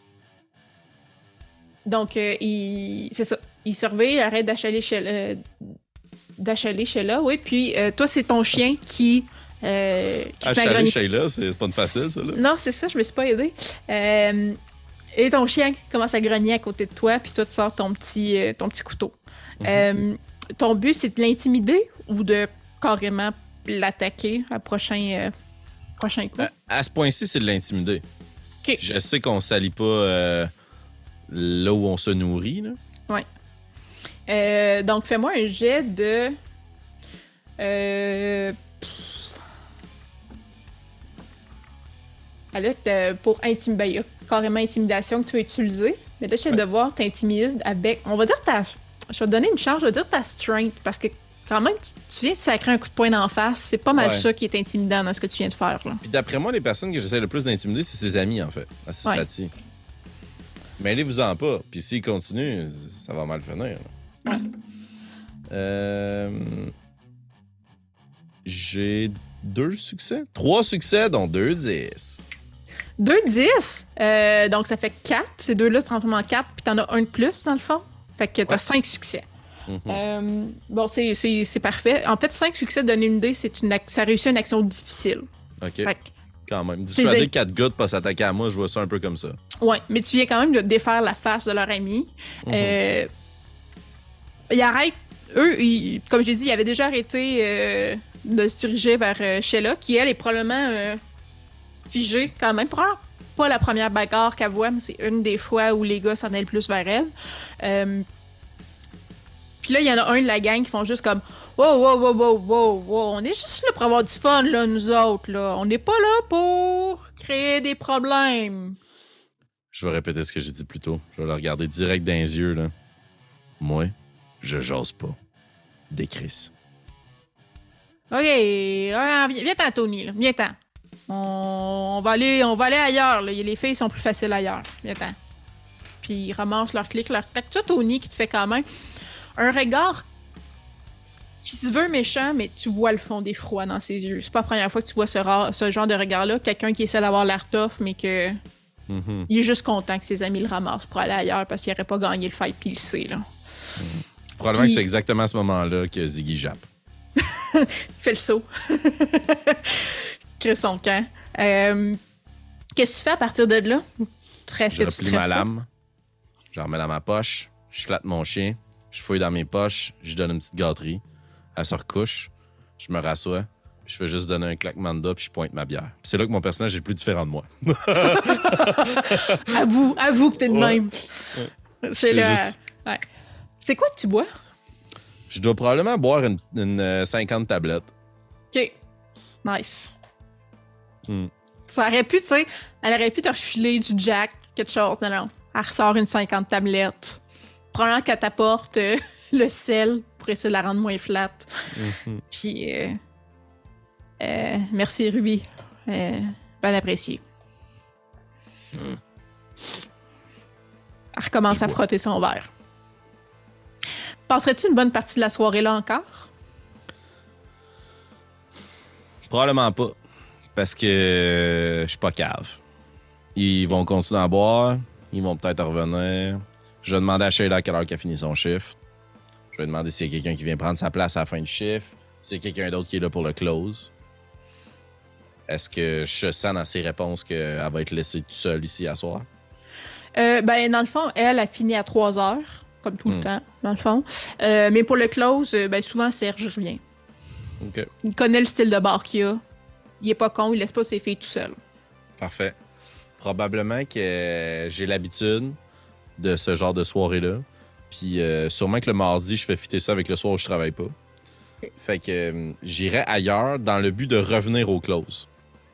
Donc, euh, il... c'est ça. Il surveille, arrête d'achaler chez, euh, d'achaler chez là, oui. Puis, euh, toi, c'est ton chien qui... Euh, qui achaler chez là, c'est, c'est pas une facile, ça, là? Non, c'est ça, je me suis pas aidée. Euh... Et ton chien commence à grogner à côté de toi, puis toi, tu sors ton petit, euh, ton petit couteau. Mm-hmm. Euh... Ton but, c'est de l'intimider ou de carrément l'attaquer à prochain, euh, prochain coup? À, à ce point-ci, c'est de l'intimider. Okay. Je sais qu'on ne salit pas euh, là où on se nourrit. Là. Ouais. Euh, donc, fais-moi un jet de... Euh... Là, pour intimider, il y a carrément intimidation que tu as utilisée. Mais là, je vais ouais. devoir t'intimider avec... On va dire ta... Je vais te donner une chance, je vais dire ta strength, parce que quand même, tu, tu viens de sacrer un coup de poing d'en face. C'est pas mal ouais. ça qui est intimidant dans ce que tu viens de faire. Là. Puis d'après moi, les personnes que j'essaie le plus d'intimider, c'est ses amis, en fait, à ce ouais. stade-ci. Mêlez-vous-en pas. Puis s'ils continuent, ça va mal finir. Ouais. Euh... J'ai deux succès. Trois succès, dont deux dix. Deux dix? Euh, donc ça fait quatre. Ces deux-là se transforment en quatre, puis t'en as un de plus, dans le fond. Fait que t'as ouais. cinq succès. Mm-hmm. Euh, bon, c'est, c'est, c'est parfait. En fait, cinq succès de donner une idée, c'est une, ça réussit une action difficile. OK. Fait que, quand même. Dissuader quatre gars de pas s'attaquer à moi, je vois ça un peu comme ça. Ouais, mais tu viens quand même de défaire la face de leur ami. Mm-hmm. Euh, ils arrêtent. Eux, ils, comme j'ai dit, ils avaient déjà arrêté euh, de se diriger vers euh, Sheila, qui, elle, est probablement euh, figée quand même. Probablement pas la première bagarre qu'elle voit, mais c'est une des fois où les gars s'en aillent plus vers elle. Euh, Puis là, il y en a un de la gang qui font juste comme « Wow, wow, wow, wow, wow, wow, on est juste là pour avoir du fun, là, nous autres, là. On n'est pas là pour créer des problèmes. » Je vais répéter ce que j'ai dit plus tôt. Je vais le regarder direct dans les yeux, là. Moi, je jase pas. Des Chris. OK, viens, viens-t'en, Tony, là. Viens-t'en. On, on, va aller, on va aller ailleurs, là. Les filles sont plus faciles ailleurs. Viens-t'en. Puis ils ramassent leur clic, leur clac. Tu vois, Tony, qui te fait quand même un regard qui se veut méchant, mais tu vois le fond des froids dans ses yeux. C'est pas la première fois que tu vois ce, rare, ce genre de regard-là. Quelqu'un qui essaie d'avoir l'air tough, mais que mm-hmm. il est juste content que ses amis le ramassent pour aller ailleurs parce qu'il n'aurait pas gagné le fight, puis il le sait, là. Mm-hmm. Probablement Puis... que c'est exactement à ce moment-là que Ziggy jappe. Il fait le saut. Crée son camp. Euh, qu'est-ce que tu fais à partir de là? Je replie ma lame. Je la remets dans ma poche. Je flatte mon chien. Je fouille dans mes poches, je donne une petite gâterie. Elle se recouche, je me rassois, puis je fais juste donner un claquement de doigts, puis je pointe ma bière. Puis c'est là que mon personnage est le plus différent de moi. avoue, avoue que t'es de ouais. même. Ouais. C'est le... juste... ouais. C'est quoi que tu bois? Je dois probablement boire une, une euh, cinquante tablettes. OK. Nice. Mm. Ça aurait pu, tu sais, elle aurait pu te refiler du Jack, quelque chose. Non, non. Elle ressort une cinquante tablettes. Probablement qu'elle t'apporte euh, le sel pour essayer de la rendre moins flat. Mm-hmm. Puis, euh, euh, merci Ruby. Euh, bien apprécié. Mm. Elle recommence Je à bois. frotter son verre. Passerais-tu une bonne partie de la soirée là encore? Probablement pas. Parce que euh, je suis pas cave. Ils vont continuer à boire. Ils vont peut-être revenir. Je vais demander à Sheila à quelle heure qu'elle a fini son shift. Je vais demander s'il y a quelqu'un qui vient prendre sa place à la fin du shift. S'il y a quelqu'un d'autre qui est là pour le close. Est-ce que je sens dans ses réponses qu'elle va être laissée toute seule ici à soir? Euh, ben, dans le fond, elle a fini à trois heures, comme tout mm. le temps, dans le fond. Euh, mais pour le close, ben, souvent, Serge revient. Okay. Il connaît le style de bar qu'il a. Il est pas con, il laisse pas ses filles tout seul. Parfait. Probablement que j'ai l'habitude de ce genre de soirée-là. Puis euh, sûrement que le mardi, je fais fitter ça avec le soir où je travaille pas. Okay. Fait que euh, j'irai ailleurs dans le but de revenir au close.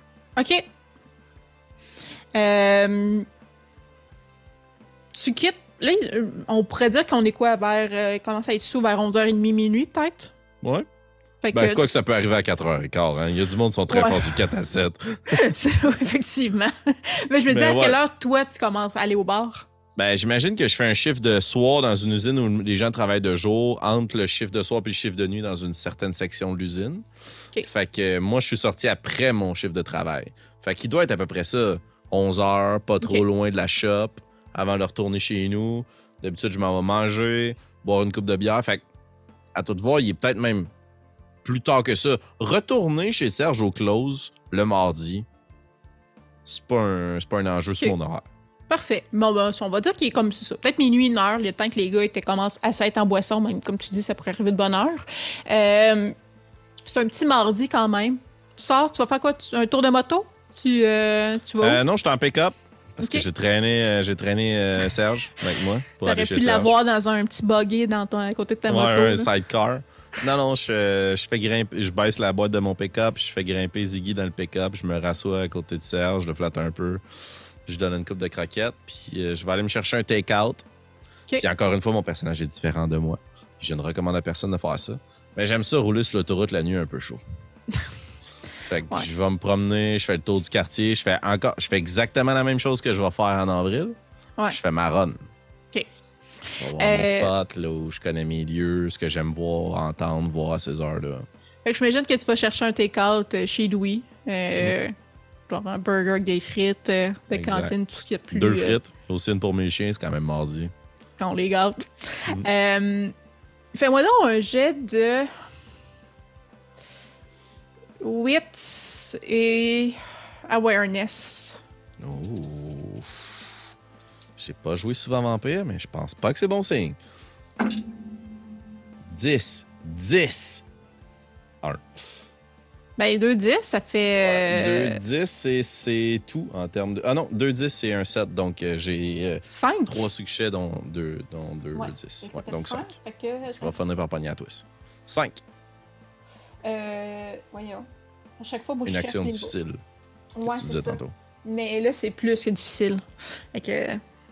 OK. Euh, tu quittes là, euh, on pourrait dire qu'on est quoi, vers... Euh, commence à être sous vers onze heures trente, minuit, peut-être? Ouais. Fait Ben, que, quoi que ça peut arriver à quatre heures quinze. Hein? Il y a du monde qui sont très Ouais. forts sur quatre à sept. C'est- effectivement. Mais je me dis, Mais à ouais. quelle heure, toi, tu commences à aller au bar? Ben, j'imagine que je fais un chiffre de soir dans une usine où les gens travaillent de jour, entre le chiffre de soir et le chiffre de nuit dans une certaine section de l'usine. OK. Fait que euh, moi, je suis sorti après mon chiffre de travail. Fait qu'il doit être à peu près ça, onze heures, pas trop OK. loin de la shop, avant de retourner chez nous. D'habitude, je m'en vais manger, boire une coupe de bière. Fait que, à tout voir, il est peut-être même plus tard que ça. Retourner chez Serge au close le mardi, c'est pas un, c'est pas un enjeu sur OK. mon horaire. Parfait. Bon, ben, on va dire qu'il est comme ça. Peut-être minuit, une heure, le temps que les gars étaient, commencent à s'être en boisson, même comme tu dis, ça pourrait arriver de bonne heure. Euh, c'est un petit mardi quand même. Tu sors, tu vas faire quoi? Tu- Un tour de moto? Tu, euh, tu vas où? Euh, non, je suis en pick-up. Parce Ok. que j'ai traîné, euh, j'ai traîné euh, Serge avec moi pour aller T'aurais chez pu Serge. l'avoir dans un petit buggy dans ton, à côté de ta Ouais, moto. un là. sidecar. Non, non, je, je fais grimper, je baisse la boîte de mon pick-up, je fais grimper Ziggy dans le pick-up, je me rassois à côté de Serge, je le flatte un peu, je donne une coupe de croquettes, puis euh, je vais aller me chercher un take-out. Ok. Puis encore une fois, mon personnage est différent de moi. Je ne recommande à personne de faire ça. Mais j'aime ça rouler sur l'autoroute la nuit un peu chaud. Fait que Ouais. je vais me promener, je fais le tour du quartier, je fais encore, je fais exactement la même chose que je vais faire en avril. Ouais. Je fais ma run. OK. Je vais voir Euh, mon spot, là où je connais mes lieux, ce que j'aime voir, entendre, voir à ces heures-là. Fait que j'imagine que tu vas chercher un take-out euh, chez Louis. Euh, Genre un burger avec des frites, euh, de Exact. cantine, tout ce qu'il y a de plus. Deux euh, frites, aussi une pour mes chiens, c'est quand même mardi. Quand on les gâte. Mm. Euh, Fais-moi donc un jet de. Wits et Awareness. Oh. J'ai pas joué souvent Vampire, mais je pense pas que c'est bon signe. dix. dix. un. Ben, deux dix, ça fait. deux Euh, dix, c'est- c'est tout en termes de. Ah non, deux dix, c'est un sept, donc euh, j'ai euh, cinq. trois succès, dont deux, dont deux Ouais. dix. Fait que Ouais, ça fait donc cinq. Fait que, Je vais finir par pogner à twist. cinq. Euh, voyons. À chaque fois, moi, je Une cherche action les difficile, mots. que Ouais, tu c'est disais ça. tantôt. Mais là, c'est plus que difficile. Fait que.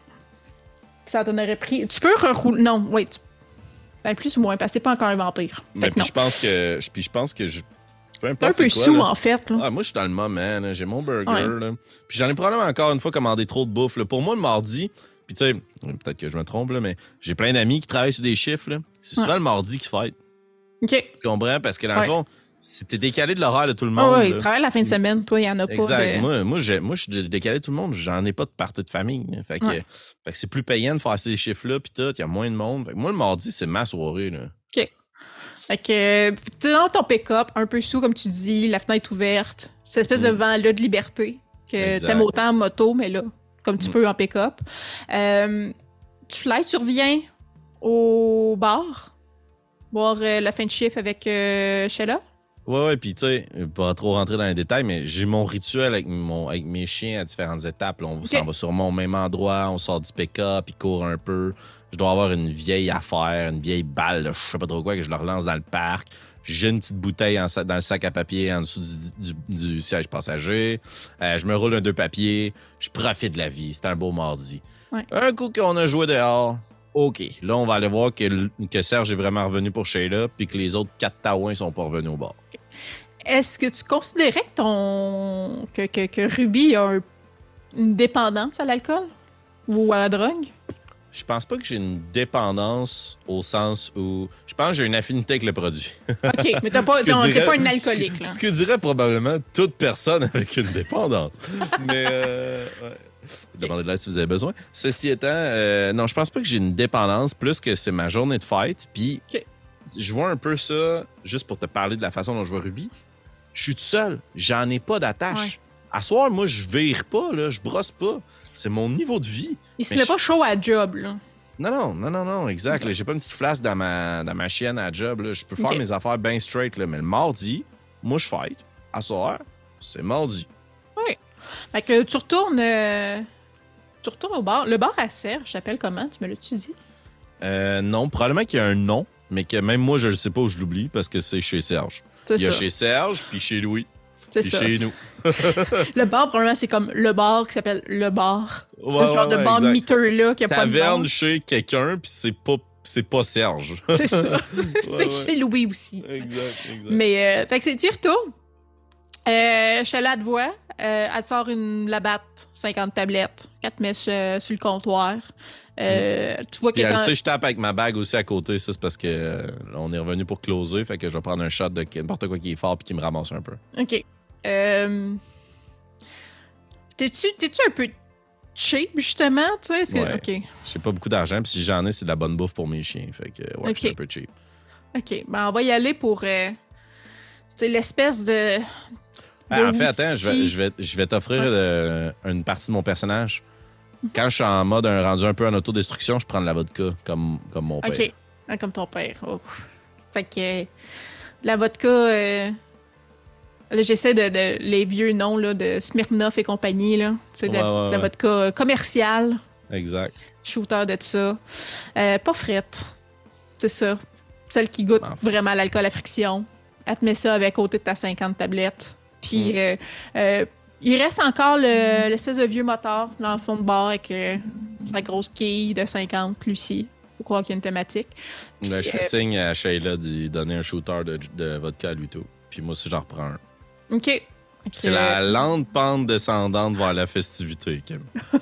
Ça t'en aurait pris. Tu peux rerouler. Non, oui. Tu... Ben, plus ou moins, parce que t'es pas encore un vampire. Fait Mais que puis non. je pense que. Puis je pense que je. Peu T'es un importe peu c'est quoi, sous, là. en fait. Là. Ah, moi, je suis dans le moment. là. J'ai mon burger. Ouais. Là. Puis j'en ai probablement encore une fois commandé trop de bouffe. là. Pour moi, le mardi, puis tu sais, peut-être que je me trompe, là, mais j'ai plein d'amis qui travaillent sur des chiffres. là. C'est souvent Ouais. le mardi qui fête. OK. Tu comprends? Parce que dans Ouais. le fond, c'était décalé de l'horaire de tout le Ah monde. ouais, là. il travaille la fin de semaine. Toi, il y en a pas Exact. de. Moi, moi, j'ai- moi, je suis décalé de tout le monde. J'en ai pas de partie de famille. là. Fait que, Ouais. fait que c'est plus payant de faire ces chiffres-là. Puis tout, il y a moins de monde. Fait que moi, le mardi, c'est ma soirée. Là. Fait que, euh, t'es dans ton pick-up, un peu sous, comme tu dis, la fenêtre ouverte. Cette espèce de Mm. vent-là de liberté que Exact. t'aimes autant en moto, mais là, comme tu Mm. peux en pick-up. Euh, tu fly, tu reviens au bar, voir euh, la fin de chiffre avec euh, Sheila. Ouais, ouais, puis tu sais, pas trop rentrer dans les détails, mais j'ai mon rituel avec, mon, avec mes chiens à différentes étapes. là. On s'en va sûrement au même endroit, on sort du pick-up, ils courent un peu. Je dois avoir une vieille affaire, une vieille balle, de je sais pas trop quoi, que je leur lance dans le parc. J'ai une petite bouteille en sa- dans le sac à papier en dessous du, du- du siège passager. Euh, je me roule un deux papiers. Je profite de la vie. C'est un beau mardi. Ouais. Un coup qu'on a joué dehors, OK. Là, on va aller voir que, l- que Serge est vraiment revenu pour Sheila puis que les autres quatre taouins sont pas revenus au bar. Est-ce que tu considérais que ton que, que, que Ruby a un- une dépendance à l'alcool ou à la drogue? Je pense pas que j'ai une dépendance au sens où... Je pense que j'ai une affinité avec le produit. OK, mais t'as pas, Ce que t'es dirait- pas une ce que- alcoolique, là. Ce que dirait probablement toute personne avec une dépendance. Mais, euh, ouais. Demandez de l'aide si vous avez besoin. Ceci étant, euh, non, je pense pas que j'ai une dépendance, plus que c'est ma journée de fête. Puis, OK. je vois un peu ça, juste pour te parler de la façon dont je vois Ruby. Je suis tout seul. J'en ai pas d'attache. Ouais. À soir, moi, je vire pas, là, je brosse pas. C'est mon niveau de vie. Il se Mais met je- pas chaud à job, là. Non, non, non, non, non, exact. là. J'ai pas une petite flasque dans ma, dans ma chienne à job. Là. Je peux faire Ok. mes affaires bien straight. Là. Mais le mardi, moi, je fight. À soir, c'est mardi. Fait que tu retournes. euh, Tu retournes au bar. Le bar à Serge s'appelle comment? Tu me l'as-tu dit? Euh, non, probablement qu'il y a un nom, mais que même moi, je le sais pas où je l'oublie parce que c'est chez Serge. C'est Il y a ça. chez Serge, puis chez Louis, C'est puis ça. chez nous. Le bar, probablement, c'est comme le bar qui s'appelle le bar. Ouais, C'est ce genre ouais, de ouais, bar exact. miteux-là qui a pas de Taverne nom. chez quelqu'un, puis c'est pas, c'est pas Serge. C'est ça. Ouais, c'est ouais. chez Louis aussi. t'sais. Exact, exact. Mais, euh, fait que c'est, tu y retournes. Euh, Sheila te voit. Euh, elle te sort une labatte, cinquante tablettes, qu'elle te met sur, sur le comptoir. Euh, Tu vois Puis qu'elle elle est en... sait, je tape avec ma bague aussi à côté. Ça, c'est parce que euh, on est revenu pour closer. Fait que je vais prendre un shot de n'importe quoi qui est fort puis qui me ramasse un peu. OK. Euh... T'es-tu, t'es-tu un peu cheap, justement? Tu sais, est-ce que... Ouais. OK. J'ai pas beaucoup d'argent. Puis si j'en ai, c'est de la bonne bouffe pour mes chiens. Fait que ouais, Ok. je suis un peu cheap. OK. Ben, on va y aller pour... euh, Tu sais, l'espèce de... Ah, de en fait, attends, je vais, whisky. je vais, je vais t'offrir Ouais. euh, une partie de mon personnage. Quand je suis en mode un rendu un peu en autodestruction, je prends de la vodka comme, comme mon père. OK. Ah, comme ton père. Oh. Fait que... euh, La vodka... euh, Là, j'essaie de, de... Les vieux noms, là, de Smirnoff et compagnie, là. Tu sais, de la, Ouais, ouais, de la ouais. vodka euh, commerciale. Exact. Shooter de ça. Euh, pas frette. C'est ça. Celle qui goûte M'en fous. vraiment l'alcool à friction. Elle te met ça avec côté de ta cinquante tablettes. Puis, Mm. euh, euh, il reste encore le, l'espèce de vieux moteur dans le fond de bar avec euh, sa grosse quille de cinquante, lui aussi. Faut croire qu'il y a une thématique. Puis, Là, je fais euh, signe à Sheila d'y donner un shooter de, de vodka à lui tout. Puis moi aussi, j'en reprends un. OK. Fait C'est que- la lente pente descendante vers la festivité, Kim.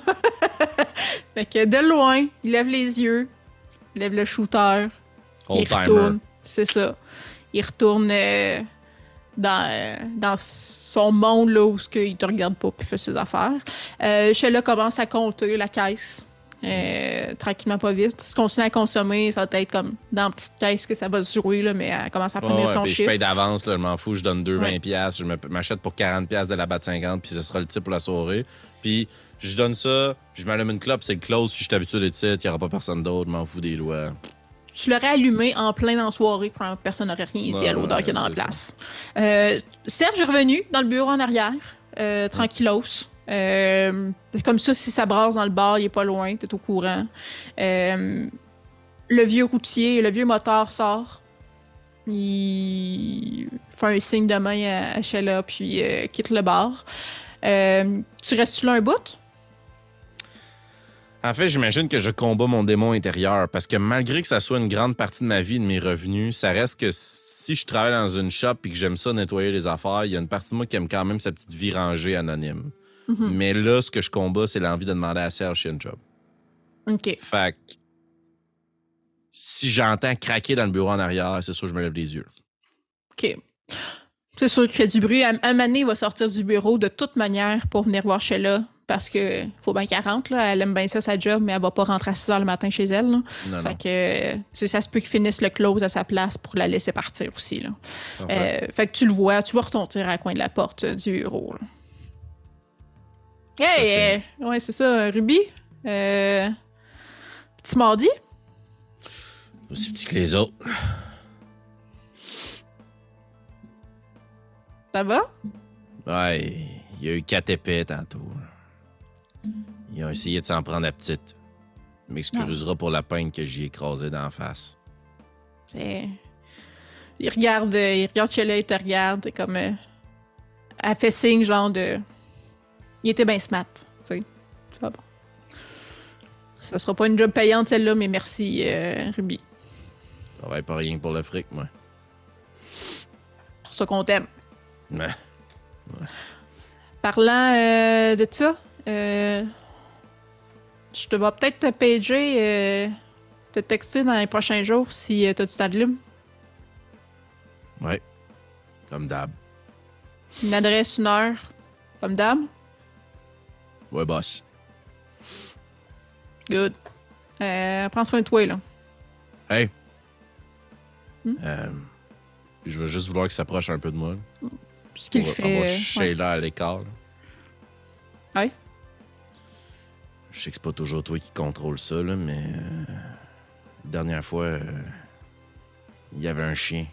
Fait que de loin, il lève les yeux, il lève le shooter, il Old timer. retourne. C'est ça. Il retourne euh, dans, euh, dans son monde là, où ce que il te regarde pas puis fait ses affaires. Euh, Sheila commence à compter la caisse. euh, tranquillement, pas vite. Si tu continues à consommer, ça va être comme dans la petite caisse que ça va se jouer, là, mais elle commence à prendre Ouais, ouais, son puis je chiffre. paye d'avance, là, je m'en fous, je donne deux Ouais. vingt piastres, je me- m'achète pour quarante piastres de la batte cinquante, puis ce sera le type pour la soirée. Puis je donne ça, puis je m'allume une clope, c'est le close, si je suis habitué d'être ici, il n'y aura pas personne d'autre, je m'en fous des lois. Tu l'aurais allumé en plein dans la soirée, puis personne n'aurait rien dit Ouais, à l'odeur ouais, qu'il y a dans la c'est place. Euh, Serge est revenu dans le bureau en arrière, euh, tranquillos. Euh, c'est comme ça, si ça brasse dans le bar, il est pas loin, t'es au courant. Euh, le vieux routier, le vieux moteur sort. Il fait un signe de main à, à Sheila, puis euh, quitte le bar. Euh, tu restes-tu là un bout? En fait, j'imagine que je combats mon démon intérieur parce que malgré que ça soit une grande partie de ma vie, de mes revenus, ça reste que si je travaille dans une shop et que j'aime ça nettoyer les affaires, il y a une partie de moi qui aime quand même sa petite vie rangée anonyme. Mhm. Mais là, ce que je combats, c'est l'envie de demander à Serge si il y a une job. OK. Fait que si j'entends craquer dans le bureau en arrière, c'est sûr que je me lève les yeux. OK. C'est sûr qu'il fait du bruit. Un Mané va sortir du bureau de toute manière pour venir voir Sheila. Parce que faut bien qu'elle rentre, là. Elle aime bien ça, sa job, mais elle va pas rentrer à six heures le matin chez elle. Là. Non, Fait non. que, tu sais, ça se peut qu'il finisse le close à sa place pour la laisser partir aussi, là. Parfait. Euh, fait que tu le vois, tu vois retentir à la coin de la porte euh, du bureau, là. Hey! c'est- euh, ouais, c'est ça, Ruby. Euh, petit mardi? Aussi petit que les autres. Ça va? Ouais, il y a eu quatre épais tantôt. Ils ont essayé de s'en prendre à petite. Tu m'excuseras pour la peine que j'y ai écrasée d'en face. C'est- Il regarde, euh, il regarde Sheila, il te regarde, c'est comme... euh, Elle fait signe, genre de... Il était bien smart, tu sais. Ça va bon. Ça sera pas une job payante, celle-là, mais merci, euh, Ruby. Je travaille pas rien pour le fric, moi. Pour ça qu'on t'aime. Mais Parlant euh, de ça, euh, je te vais peut-être te pager, euh, te texter dans les prochains jours si euh, t'as du temps de libre. ouais, comme d'hab. Une adresse, une heure, comme d'hab. Ouais, boss. Good. Euh, prends soin de toi, là. Hey! Hmm? Euh, je veux juste vouloir qu'il s'approche un peu de moi. Là, Ce qu'il pour fait. avoir euh, ouais. Sheila à l'écart. là. Ouais. Je sais que c'est pas toujours toi qui contrôle ça, là, mais... euh, la dernière fois, euh, il y avait un chien.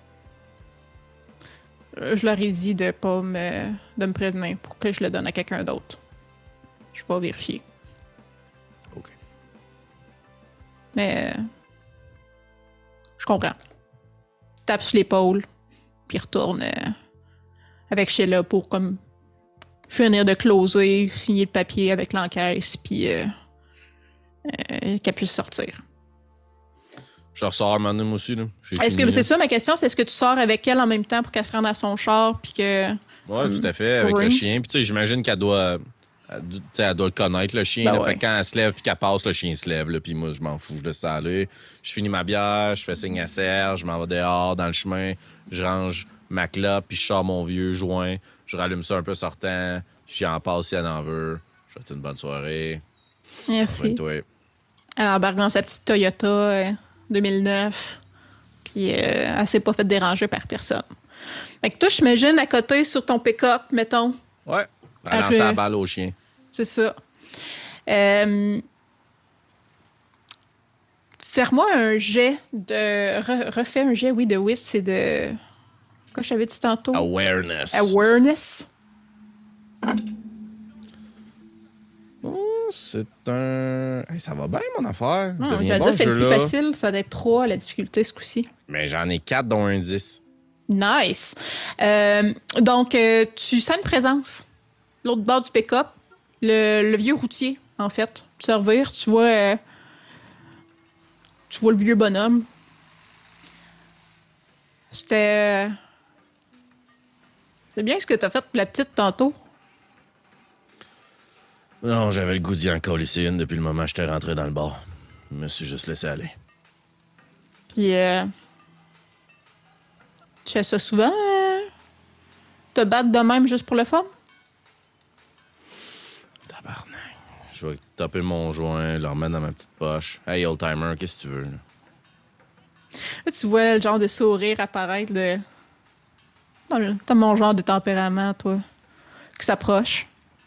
Euh, Je leur ai dit de pas me, de me prévenir pour que je le donne à quelqu'un d'autre. Je vais vérifier. OK. Mais. euh, je comprends. Tape sur l'épaule, puis retourne euh, avec Sheila pour comme finir de closer, signer le papier avec l'encaisse, puis euh, euh, qu'elle puisse sortir. Je ressors un moment donné, moi aussi. Là. Est-ce fini, que c'est là. ça ma question? C'est est-ce que tu sors avec elle en même temps pour qu'elle se rende à son char, puis que... Ouais, um, tout à fait, avec oui. le chien. Puis tu sais, j'imagine qu'elle doit... Elle, elle doit le connaître, le chien. Ben là, ouais. Fait que quand elle se lève puis qu'elle passe, le chien se lève. Là, puis moi, je m'en fous, je laisse ça aller. Je finis ma bière, je fais signe à Serge, je m'en vais dehors, dans le chemin. Je range ma clope, puis je sors mon vieux joint. Je rallume ça un peu sortant. J'y en passe si elle en veut. Je souhaite une bonne soirée. Merci. Toi. Elle embarque dans sa petite Toyota euh, deux mille neuf, puis euh, elle s'est pas fait déranger par personne. Fait que toi, j'imagine à côté sur ton pick-up, mettons. Ouais. Elle Elle lance fait- la balle au chien. C'est ça. Euh... Faire-moi un jet de... Re- refais un jet, oui, de Wits, c'est de... Quoi je t'avais dit tantôt? Awareness. Awareness. Oh, c'est un... Hey, ça va bien, mon affaire. Je Non, je deviens vais bon, dire, c'est ce le plus jeu-là. facile, ça doit être trois la difficulté ce coup-ci. Mais j'en ai quatre, dont un dix. Nice. Euh, donc, euh, tu sens une présence. L'autre bord du pick-up, le, le vieux routier, en fait. Servir, tu vois... euh, tu vois le vieux bonhomme. C'était... euh, C'est bien ce que t'as fait pour la petite tantôt. Non, j'avais le goût d'y en colisser une depuis le moment où j'étais rentré dans le bar. Je me suis juste laissé aller. Puis, euh, tu fais ça souvent, euh, te battre de même juste pour le fun? Tabarnak. Je vais taper mon joint, le remettre dans ma petite poche. Hey, old timer, qu'est-ce que tu veux? Là? Là, tu vois le genre de sourire apparaître de... T'as le- T'as mon genre de tempérament, toi, qui s'approche.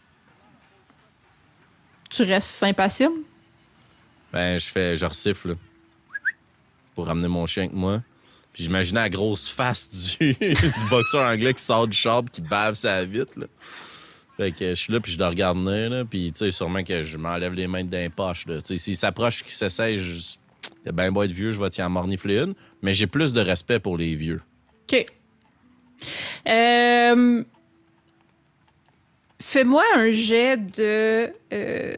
Tu restes impassible? Ben, je fais, je resiffle, là, pour ramener mon chien avec moi. Puis j'imaginais la grosse face du, du boxeur anglais qui sort du char pis qui bave sa vitre, là. Fait que je suis là, puis je le regarde venir, là. Puis, tu sais, sûrement que je m'enlève les mains d'un poche, là. Tu sais, s'il s'approche, qu'il s'essaye, je... il a bien beau être vieux, je vais t'y en mornifler une. Mais j'ai plus de respect pour les vieux. OK. Euh... Fais-moi un jet de... Euh...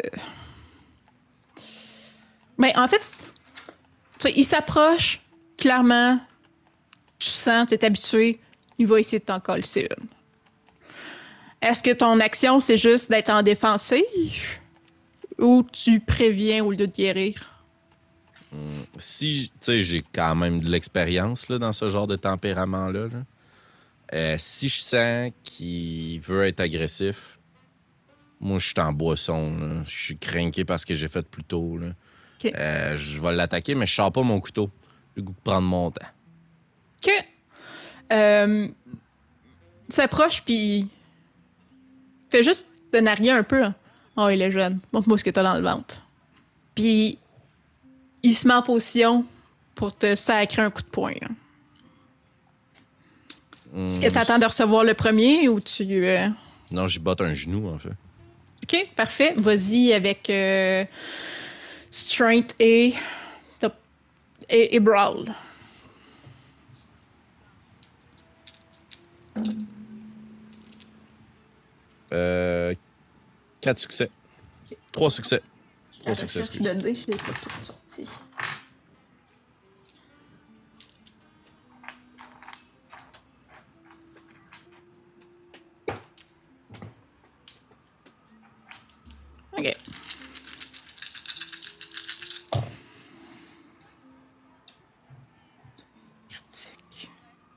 Ben, en fait, c'est- tu sais, il s'approche, clairement, tu sens, tu es habitué, il va essayer de t'en coller une. Est-ce que ton action, c'est juste d'être en défensive ou tu préviens au lieu de guérir? Si, tu sais, j'ai quand même de l'expérience, là, dans ce genre de tempérament-là, là. Euh, si je sens qu'il veut être agressif, moi, je suis en boisson, là. Je suis craqué parce que j'ai fait plus tôt, là. OK. Euh, je vais l'attaquer, mais je sors pas mon couteau. J'ai le goût de prendre mon temps. OK. Euh... Il s'approche, puis... Fais juste te narguer un peu. Hein. Oh, il est jeune. Montre-moi ce que t'as dans le ventre. Puis, il se met en position pour te sacrer un coup de poing. hein. Est-ce que t'attends de recevoir le premier ou tu... euh, Non, j'y botte un genou, en fait. OK, parfait. Vas-y avec euh, Strength et, et, et Brawl. Euh, quatre succès. Trois succès. Trois La succès, recherche excuse. de dés, je l'ai pas tout sorti. OK. Critique.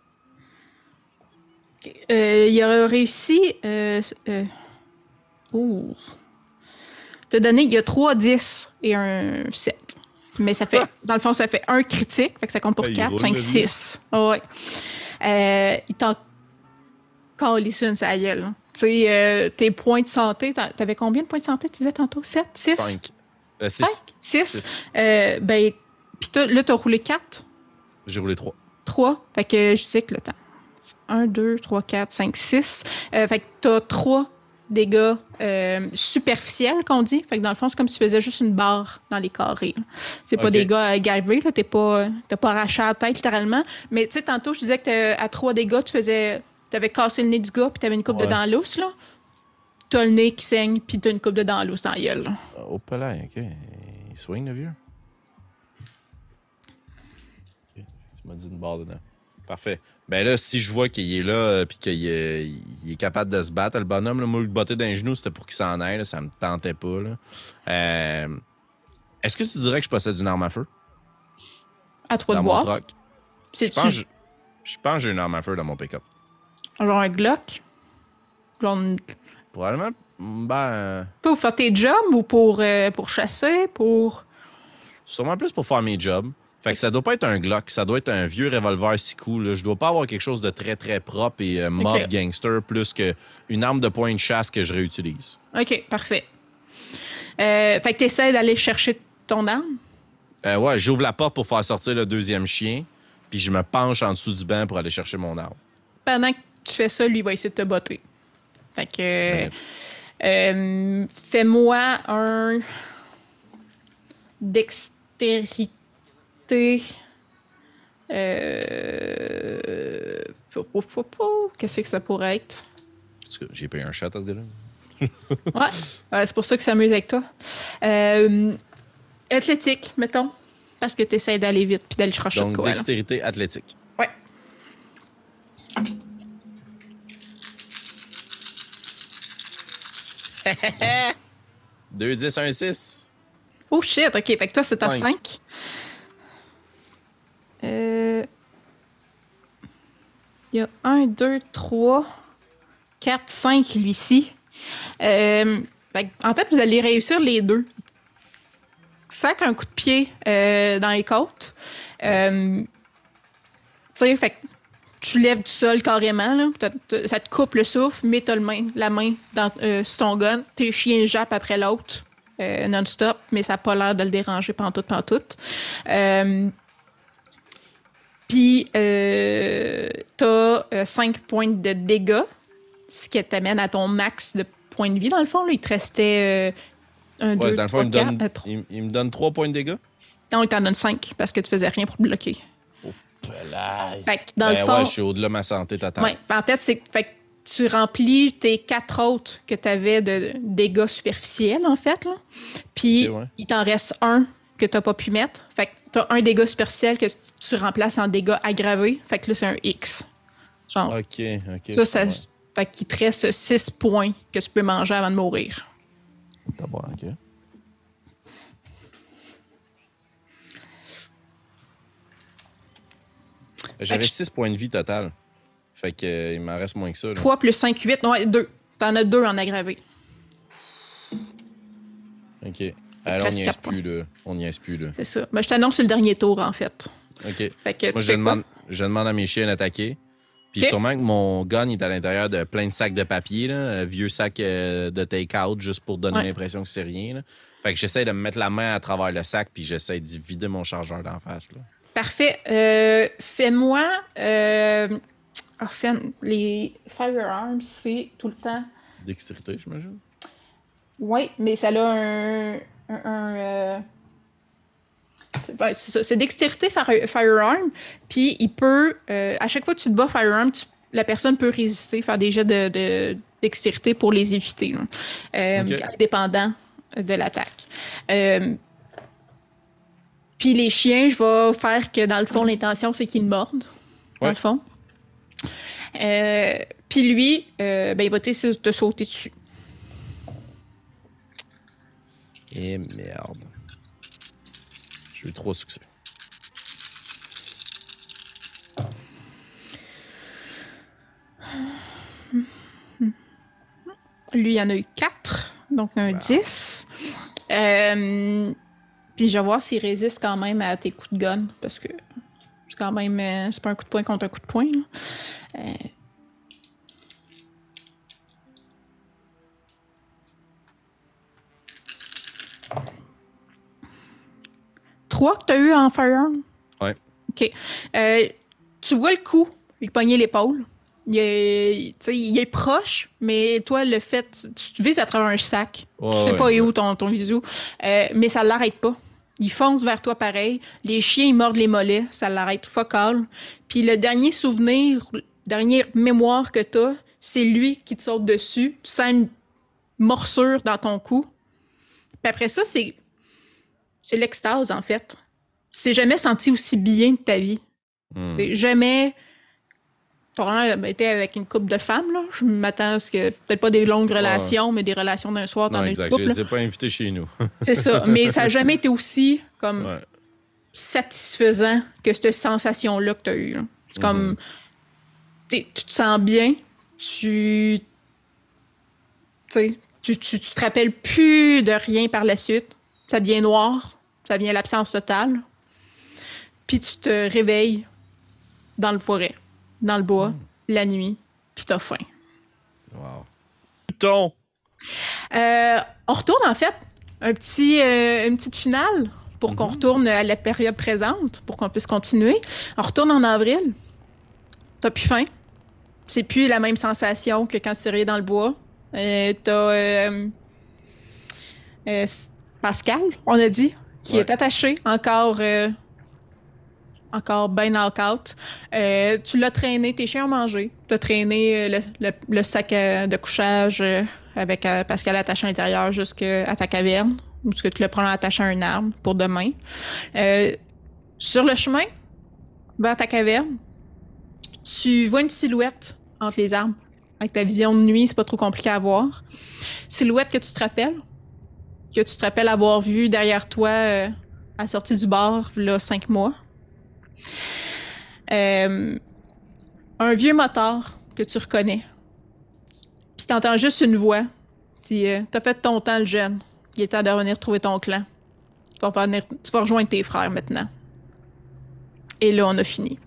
OK. Euh, il aurait réussi... Euh, euh, ouh. Te donner, il y a trois dix et un sept. Mais ça fait, dans le fond, ça fait un critique, fait que ça compte pour Ah, il quatre, roule, cinq, le six. Ouais. Euh, il t'en calisse une, sa gueule. hein. Tu sais, euh, tes points de santé, t'en- t'avais combien de points de santé, tu disais tantôt? sept? six? Cinq. Euh, six. six? Six. Euh, ben, pis t'as- là, t'as roulé quatre, J'ai roulé trois. trois. Fait que je sais que le temps. un, deux, trois, quatre, cinq, six. Euh, fait que t'as trois dégâts euh, superficiels, qu'on dit. Fait que dans le fond, c'est comme si tu faisais juste une barre dans les carrés. là. C'est pas Ok. des gars gravés, là. T'es pas, t'as pas arraché la tête, littéralement. Mais tu sais, tantôt, je disais que t'as- à trois dégâts, tu faisais... T'avais cassé le nez du gars, puis t'avais une coupe Ouais. de dents lousses, là. t'as le nez qui saigne, puis t'as une coupe de dents lousse dans la gueule. Là. Oh, pas là, OK. Il swing, le vieux? OK. Tu m'as dit une barre dedans. Parfait. Ben là, si je vois qu'il est là puis qu'il est, il est capable de se battre, le bonhomme, là, moi, le botter d'un genou, c'était pour qu'il s'en aille. Là, ça me tentait pas. Là. Euh, est-ce que tu dirais que je possède une arme à feu? À toi dans de mon voir. truck? C'est Je pense, je, je pense que j'ai une arme à feu dans mon pick-up. Genre un Glock? Genre une... Probablement, ben... Pour faire tes jobs ou pour, euh, pour chasser, pour... Sûrement plus pour faire mes jobs. Fait que ça doit pas être un Glock, ça doit être un vieux revolver six coups. Là. Je dois pas avoir quelque chose de très, très propre et euh, mob Okay. gangster plus qu'une arme de point de chasse que je réutilise. OK, parfait. Euh, fait que t'essaies d'aller chercher ton arme? Euh, ouais, j'ouvre la porte pour faire sortir le deuxième chien, puis je me penche en dessous du banc pour aller chercher mon arme. Pendant que tu fais ça, lui, il va essayer de te botter. Fait que... Ouais. euh, fais-moi un... Dextérité... Euh... pou, pou, pou, pou. Qu'est-ce que ça pourrait être? En tout cas, j'ai payé un shot à ce gars-là. Ouais, ouais, c'est pour ça que ça m'amuse avec toi. Euh... Athlétique, mettons. Parce que tu essaies d'aller vite puis d'aller chercher Donc, de quoi. Là. dextérité athlétique. Ouais. deux, dix, un, six. Oh shit, OK. Fait que toi, c'est à Cinq. cinq. Euh... Il y a un, deux, trois, quatre, cinq, lui-ci. Euh... Fait que, en fait, vous allez réussir les deux. Sac un coup de pied euh, dans les côtes. Euh... Tu sais, fait que tu lèves du sol carrément, là. T'as- t'as- ça te coupe le souffle, mais t'as le main, la main dans, euh, sur ton gun. Tes chiens jappent après l'autre, euh, non-stop, mais ça n'a pas l'air de le déranger pantoute, pantoute. Euh, Puis, euh, t'as euh, cinq points de dégâts, ce qui t'amène à ton max de points de vie, dans le fond. Là. Il te restait euh, un, Ouais, deux, dans le fond, trois, il me, quatre, donne, euh, trois. il, il me donne trois points de dégâts. Non, il t'en donne cinq parce que tu faisais rien pour bloquer. Pelaille. Fait que dans Ben le fond... ouais, je suis au-delà de ma santé totale. Ouais, en fait, c'est fait que tu remplis tes quatre autres que tu avais de dégâts superficiels, en fait. Là. Puis, Ok, ouais. il t'en reste un que tu n'as pas pu mettre. Fait que tu as un dégât superficiel que tu remplaces en dégâts aggravés. Fait que là, c'est un X. Genre, OK, OK. ça, ça ouais. fait qu'il te reste six points que tu peux manger avant de mourir. D'abord, OK. J'avais Fait que- six points de vie total. Fait que euh, il m'en reste moins que ça. Là. trois plus cinq, huit. Non, deux. T'en as deux en aggravé. OK. Alors, on reste n'y quatre est plus, là. On n'y est plus, là. C'est ça. Ben, je t'annonce sur le dernier tour, en fait. OK. Fait que Moi, tu je fais quoi? demande, je demande à mes chiens d'attaquer. Puis OK. sûrement que mon gun est à l'intérieur de plein de sacs de papier, là, un vieux sac euh, de take-out, juste pour donner Ouais. l'impression que c'est rien. Là. Fait que j'essaie de me mettre la main à travers le sac, puis j'essaie d'y vider mon chargeur d'en face. Là. Parfait. Euh, fais-moi... Euh... ah, fais... Les firearms, c'est tout le temps... Dextérité, j'imagine. Oui, mais ça a un... un, un, euh, c'est ben, c'est ça, c'est dextérité fire- firearm, puis il peut... euh, à chaque fois que tu te bats firearm, tu- la personne peut résister, faire des jets de, de dextérité pour les éviter, là. Euh, Ok. indépendant de l'attaque. Euh, puis les chiens, je vais faire que dans le fond, l'intention, c'est qu'ils mordent. Dans Ouais. le fond. Euh, puis lui, euh, ben, il va essayer de te sauter dessus. Et merde. J'ai eu trois succès. Lui, il y en a eu quatre, donc un Wow. dix. Euh, puis je vais voir s'il résiste quand même à tes coups de gun, parce que c'est quand même... euh, c'est pas un coup de poing contre un coup de poing. Là. Euh, Trois que tu as eu en firearm? Ouais. OK. Euh, tu vois le coup, il pognait l'épaule. Il est, tu sais, il est proche, mais toi, le fait... Tu te vises à travers un sac. Ouais, tu sais ouais, pas exact. où ton, ton visu. Euh, mais ça l'arrête pas. Il fonce vers toi pareil. Les chiens, ils mordent les mollets. Ça l'arrête fuck all. Puis le dernier souvenir, dernière mémoire que t'as, c'est lui qui te saute dessus. Tu sens une morsure dans ton cou. Puis après ça, c'est, c'est l'extase, en fait. Tu t'es jamais senti aussi bien de ta vie. Mm. T'es jamais... T'as été avec une couple de femmes, là. Je m'attends à ce que... Peut-être pas des longues relations, ouais. mais des relations d'un soir dans non, une exact. couple. Je les ai pas invités chez nous. C'est ça. Mais ça n'a jamais été aussi, comme... Ouais. satisfaisant que cette sensation-là que tu as eue. Là. C'est mm-hmm. comme... Tu te sens bien, tu... Tu, tu, tu te rappelles plus de rien par la suite. Ça devient noir, ça devient l'absence totale. Puis tu te réveilles dans le forêt, dans le bois, mm. la nuit, puis t'as faim. Wow. Ton! Euh, on retourne, en fait, un petit, euh, une petite finale pour mm-hmm. qu'on retourne à la période présente, pour qu'on puisse continuer. On retourne en avril. T'as plus faim. C'est plus la même sensation que quand tu serais dans le bois. Euh, t'as euh, euh, Pascal, on a dit, qui ouais. est attaché encore, euh, encore bien knock-out. Euh, tu l'as traîné, tes chiens ont mangé. T'as traîné le, le, le sac de couchage euh, avec euh, Pascal attaché à l'intérieur jusqu'à ta caverne, ou est-ce que tu le prends attaché à un arbre pour demain. Euh, sur le chemin, vers ta caverne, tu vois une silhouette entre les arbres. Avec ta vision de nuit, c'est pas trop compliqué à voir. Silhouette que tu te rappelles, que tu te rappelles avoir vue derrière toi euh, à la sortie du bar, là, cinq mois. Euh, un vieux motard que tu reconnais. Puis t'entends juste une voix. Dis, euh, t'as fait ton temps, le jeune. Il est temps de revenir trouver ton clan. Tu vas, venir, tu vas rejoindre tes frères maintenant. Et là, on a fini.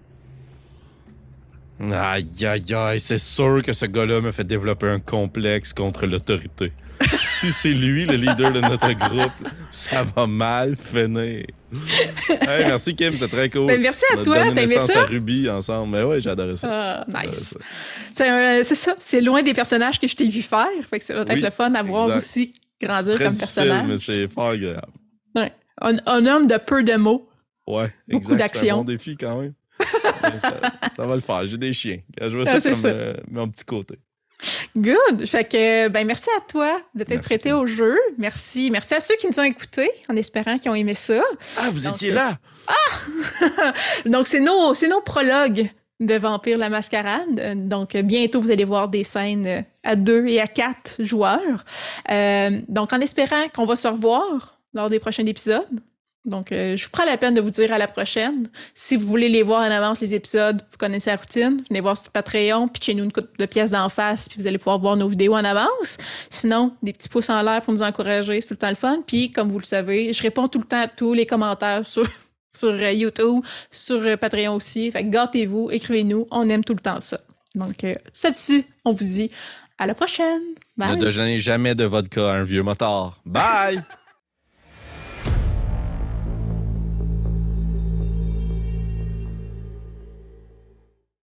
Aïe, aïe, aïe, c'est sûr que ce gars-là me fait développer un complexe contre l'autorité. Si c'est lui, le leader de notre groupe, ça va mal finir. Hey, merci, Kim, c'est très cool. Ben, merci à toi, t'as aimé ça? À Ruby ensemble, mais ouais, j'ai adoré ça. Ah, nice. Ça. C'est, un, c'est ça, c'est loin des personnages que je t'ai vu faire, fait que ça va être oui, le fun à voir exact. Aussi grandir comme personnage. Mais c'est fort agréable. Ouais. Un, un homme de peu de mots. Ouais, beaucoup exact. D'action. C'est un bon défi quand même. ça, ça va le faire. J'ai des chiens. Je vois ça ah, comme ça. Euh, mon petit côté. Good. Fait que, ben, merci à toi de t'être merci prêté au jeu. Merci. Merci à ceux qui nous ont écoutés, en espérant qu'ils ont aimé ça. Ah, vous Donc, étiez là! Ah! Donc, c'est nos, c'est nos prologues de Vampire la Mascarade. Donc, bientôt, vous allez voir des scènes à deux et à quatre joueurs. Euh, donc, en espérant qu'on va se revoir lors des prochains épisodes. Donc, euh, je vous prends la peine de vous dire à la prochaine. Si vous voulez les voir en avance, les épisodes, vous connaissez la routine. Venez voir sur Patreon, pitchez-nous une coupe de pièces d'en face, puis vous allez pouvoir voir nos vidéos en avance. Sinon, des petits pouces en l'air pour nous encourager, c'est tout le temps le fun. Puis, comme vous le savez, je réponds tout le temps à tous les commentaires sur, sur euh, YouTube, sur euh, Patreon aussi. Fait que gâtez-vous, écrivez-nous, on aime tout le temps ça. Donc, euh, ça dessus, on vous dit à la prochaine. Bye! Ne donnez jamais de vodka à un vieux motard. Bye!